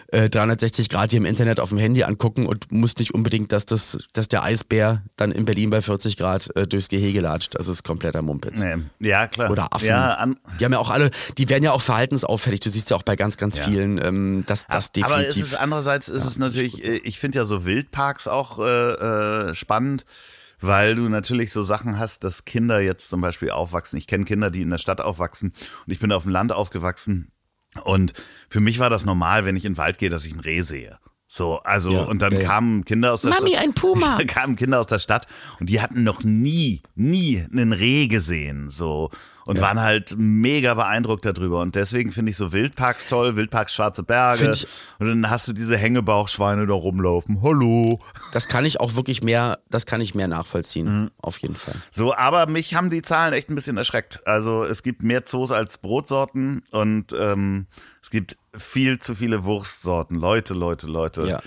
360 Grad hier im Internet auf dem Handy angucken und musst nicht unbedingt, dass der Eisbär dann in Berlin bei 40 Grad durchs Gehege latscht. Das ist kompletter Mumpitz. Nee. Ja, klar. Oder Affen. Ja, die haben ja auch alle, die werden ja auch verhaltensauffällig. Du siehst ja auch bei ganz, ganz vielen, das definitiv. Aber andererseits ist es natürlich, ich finde ja so Wildparks auch spannend, weil du natürlich so Sachen hast, dass Kinder jetzt zum Beispiel aufwachsen. Ich kenne Kinder, die in der Stadt aufwachsen und ich bin auf dem Land aufgewachsen. Und für mich war das normal, wenn ich in den Wald gehe, dass ich ein Reh sehe. So, also, Ja, und dann kamen Kinder aus der Mami, Stadt. ein Puma. Kamen Kinder aus der Stadt und die hatten noch nie einen Reh gesehen, so. Und waren halt mega beeindruckt darüber. Und deswegen finde ich so Wildparks toll, Wildparks Schwarze Berge. Und dann hast du diese Hängebauchschweine da rumlaufen. Hallo. Das kann ich auch wirklich mehr nachvollziehen. Auf jeden Fall. So, aber mich haben die Zahlen echt ein bisschen erschreckt. Also es gibt mehr Zoos als Brotsorten und es gibt viel zu viele Wurstsorten. Leute. Ja.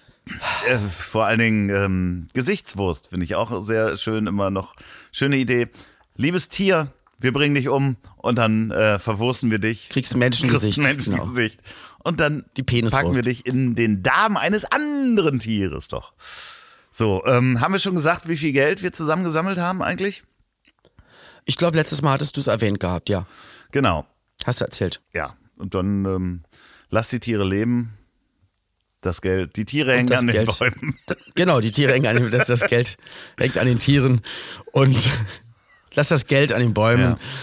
Vor allen Dingen Gesichtswurst finde ich auch sehr schön, immer noch schöne Idee. Liebes Tier, wir bringen dich um und dann verwursten wir dich. Kriegst ein Menschengesicht. Menschengesicht. Und dann Die Peniswurst. packen wir dich in den Darm eines anderen Tieres doch. So, haben wir schon gesagt, wie viel Geld wir zusammengesammelt haben eigentlich? Ich glaube, letztes Mal hattest du es erwähnt gehabt, ja. Genau, Hast du erzählt. ja. Und dann lass die Tiere leben. Das Geld, die Tiere hängen das an den Geld. Bäumen. Genau, die Tiere hängen an das Geld hängt an den Tieren und lass das Geld an den Bäumen. Ja.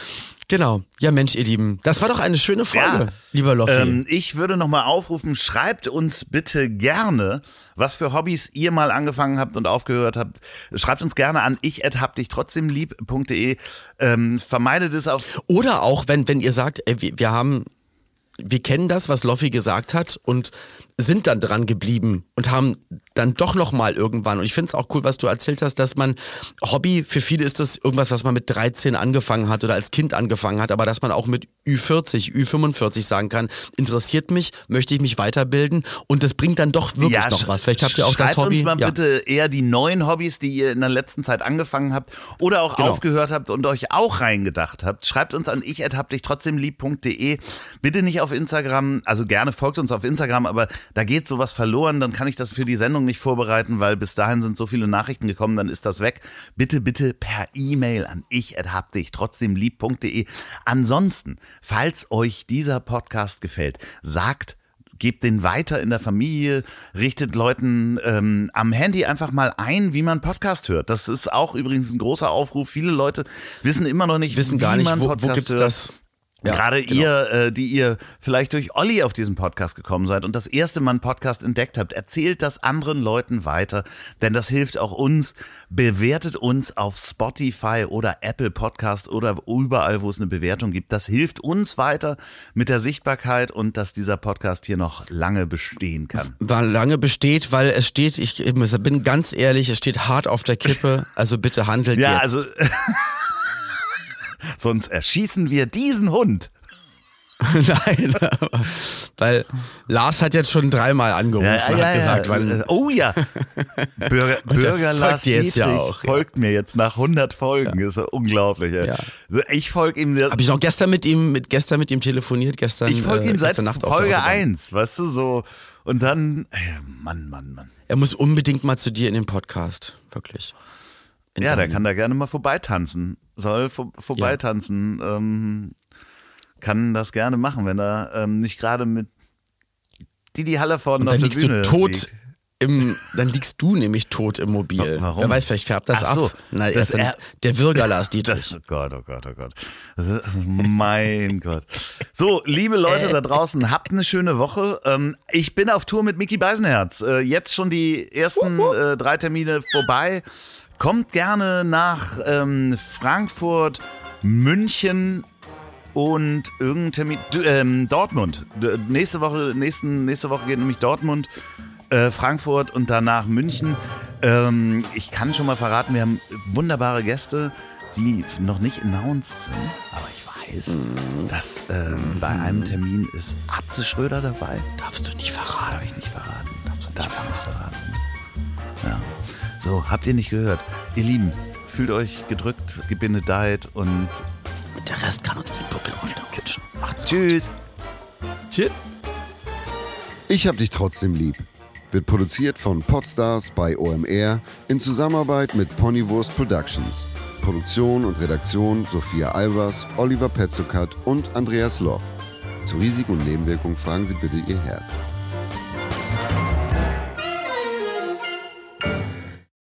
Genau. Ja, Mensch, ihr Lieben, das war doch eine schöne Folge, lieber Loffi. Ich würde nochmal aufrufen, schreibt uns bitte gerne, was für Hobbys ihr mal angefangen habt und aufgehört habt. Schreibt uns gerne an ich@habdichtrotzdemlieb.de. Vermeidet es auf... Oder auch, wenn ihr sagt, wir kennen das, was Loffi gesagt hat und sind dann dran geblieben und haben dann doch nochmal irgendwann, und ich finde es auch cool, was du erzählt hast, dass man Hobby, für viele ist das irgendwas, was man mit 13 angefangen hat oder als Kind angefangen hat, aber dass man auch mit Ü40, Ü45 sagen kann, interessiert mich, möchte ich mich weiterbilden, und das bringt dann doch wirklich noch was. Vielleicht habt ihr auch das Hobby. Schreibt uns mal bitte eher die neuen Hobbys, die ihr in der letzten Zeit angefangen habt oder auch aufgehört habt und euch auch reingedacht habt. Schreibt uns an ich@habdichtrotzdemlieb.de. Bitte nicht auf Instagram, also gerne folgt uns auf Instagram, aber da geht sowas verloren, dann kann ich das für die Sendung nicht vorbereiten, weil bis dahin sind so viele Nachrichten gekommen, dann ist das weg. Bitte per E-Mail an ich@habdichtrotzdemlieb.de. Ansonsten, falls euch dieser Podcast gefällt, gebt den weiter in der Familie, richtet Leuten am Handy einfach mal ein, wie man Podcast hört. Das ist auch übrigens ein großer Aufruf. Viele Leute wissen immer noch nicht, wie man Podcast wo gibt's hört. Das? Ja, gerade genau. Ihr, die ihr vielleicht durch Olli auf diesen Podcast gekommen seid und das erste Mal einen Podcast entdeckt habt, erzählt das anderen Leuten weiter, denn das hilft auch uns. Bewertet uns auf Spotify oder Apple Podcast oder überall, wo es eine Bewertung gibt. Das hilft uns weiter mit der Sichtbarkeit und dass dieser Podcast hier noch lange bestehen kann. Lange besteht, weil es steht, ich bin ganz ehrlich, es steht hart auf der Kippe, also bitte handelt jetzt. Ja, also... Sonst erschießen wir diesen Hund. Nein, weil Lars hat jetzt schon 3-mal angerufen und hat gesagt, wann... Oh ja, Bürger Lars jetzt Dietrich folgt mir jetzt nach 100 Folgen, ist ja unglaublich. Ja. Ich folge ihm... Habe ich noch gestern mit ihm telefoniert, Ich folge ihm seit Nacht Folge 1, weißt du, so. Und dann, Mann. Er muss unbedingt mal zu dir in den Podcast, wirklich. Ja, der kann da gerne mal vorbeitanzen. Soll vorbeitanzen. Kann das gerne machen, wenn er nicht gerade mit Didi Hallervorden auf der Bühne liegt. Dann liegst du nämlich tot im Mobil. Warum? Wer weiß, vielleicht färbt das ab. Nein, der Bürger Lars Dietrich. Oh Gott. Mein Gott. So, liebe Leute da draußen, habt eine schöne Woche. Ich bin auf Tour mit Micky Beisenherz. Jetzt schon die ersten 3 Termine vorbei. Kommt gerne nach Frankfurt, München und irgendein Termin, Dortmund. Nächste Woche geht nämlich Dortmund, Frankfurt und danach München. Ich kann schon mal verraten, wir haben wunderbare Gäste, die noch nicht announced sind, aber ich weiß, dass bei einem Termin ist Atze Schröder dabei. Darfst du nicht verraten. Darf ich nicht verraten. Darf ich nicht verraten. Ja. So, habt ihr nicht gehört? Ihr Lieben, fühlt euch gedrückt, gebenedeit und der Rest kann uns den Buckel runterrutschen. Macht's Tschüss. Gut. Tschüss. Ich hab dich trotzdem lieb. Wird produziert von Podstars bei OMR in Zusammenarbeit mit Ponywurst Productions. Produktion und Redaktion Sophia Albers, Oliver Petzokat und Andreas Loff. Zu Risiken und Nebenwirkungen fragen Sie bitte Ihr Herz.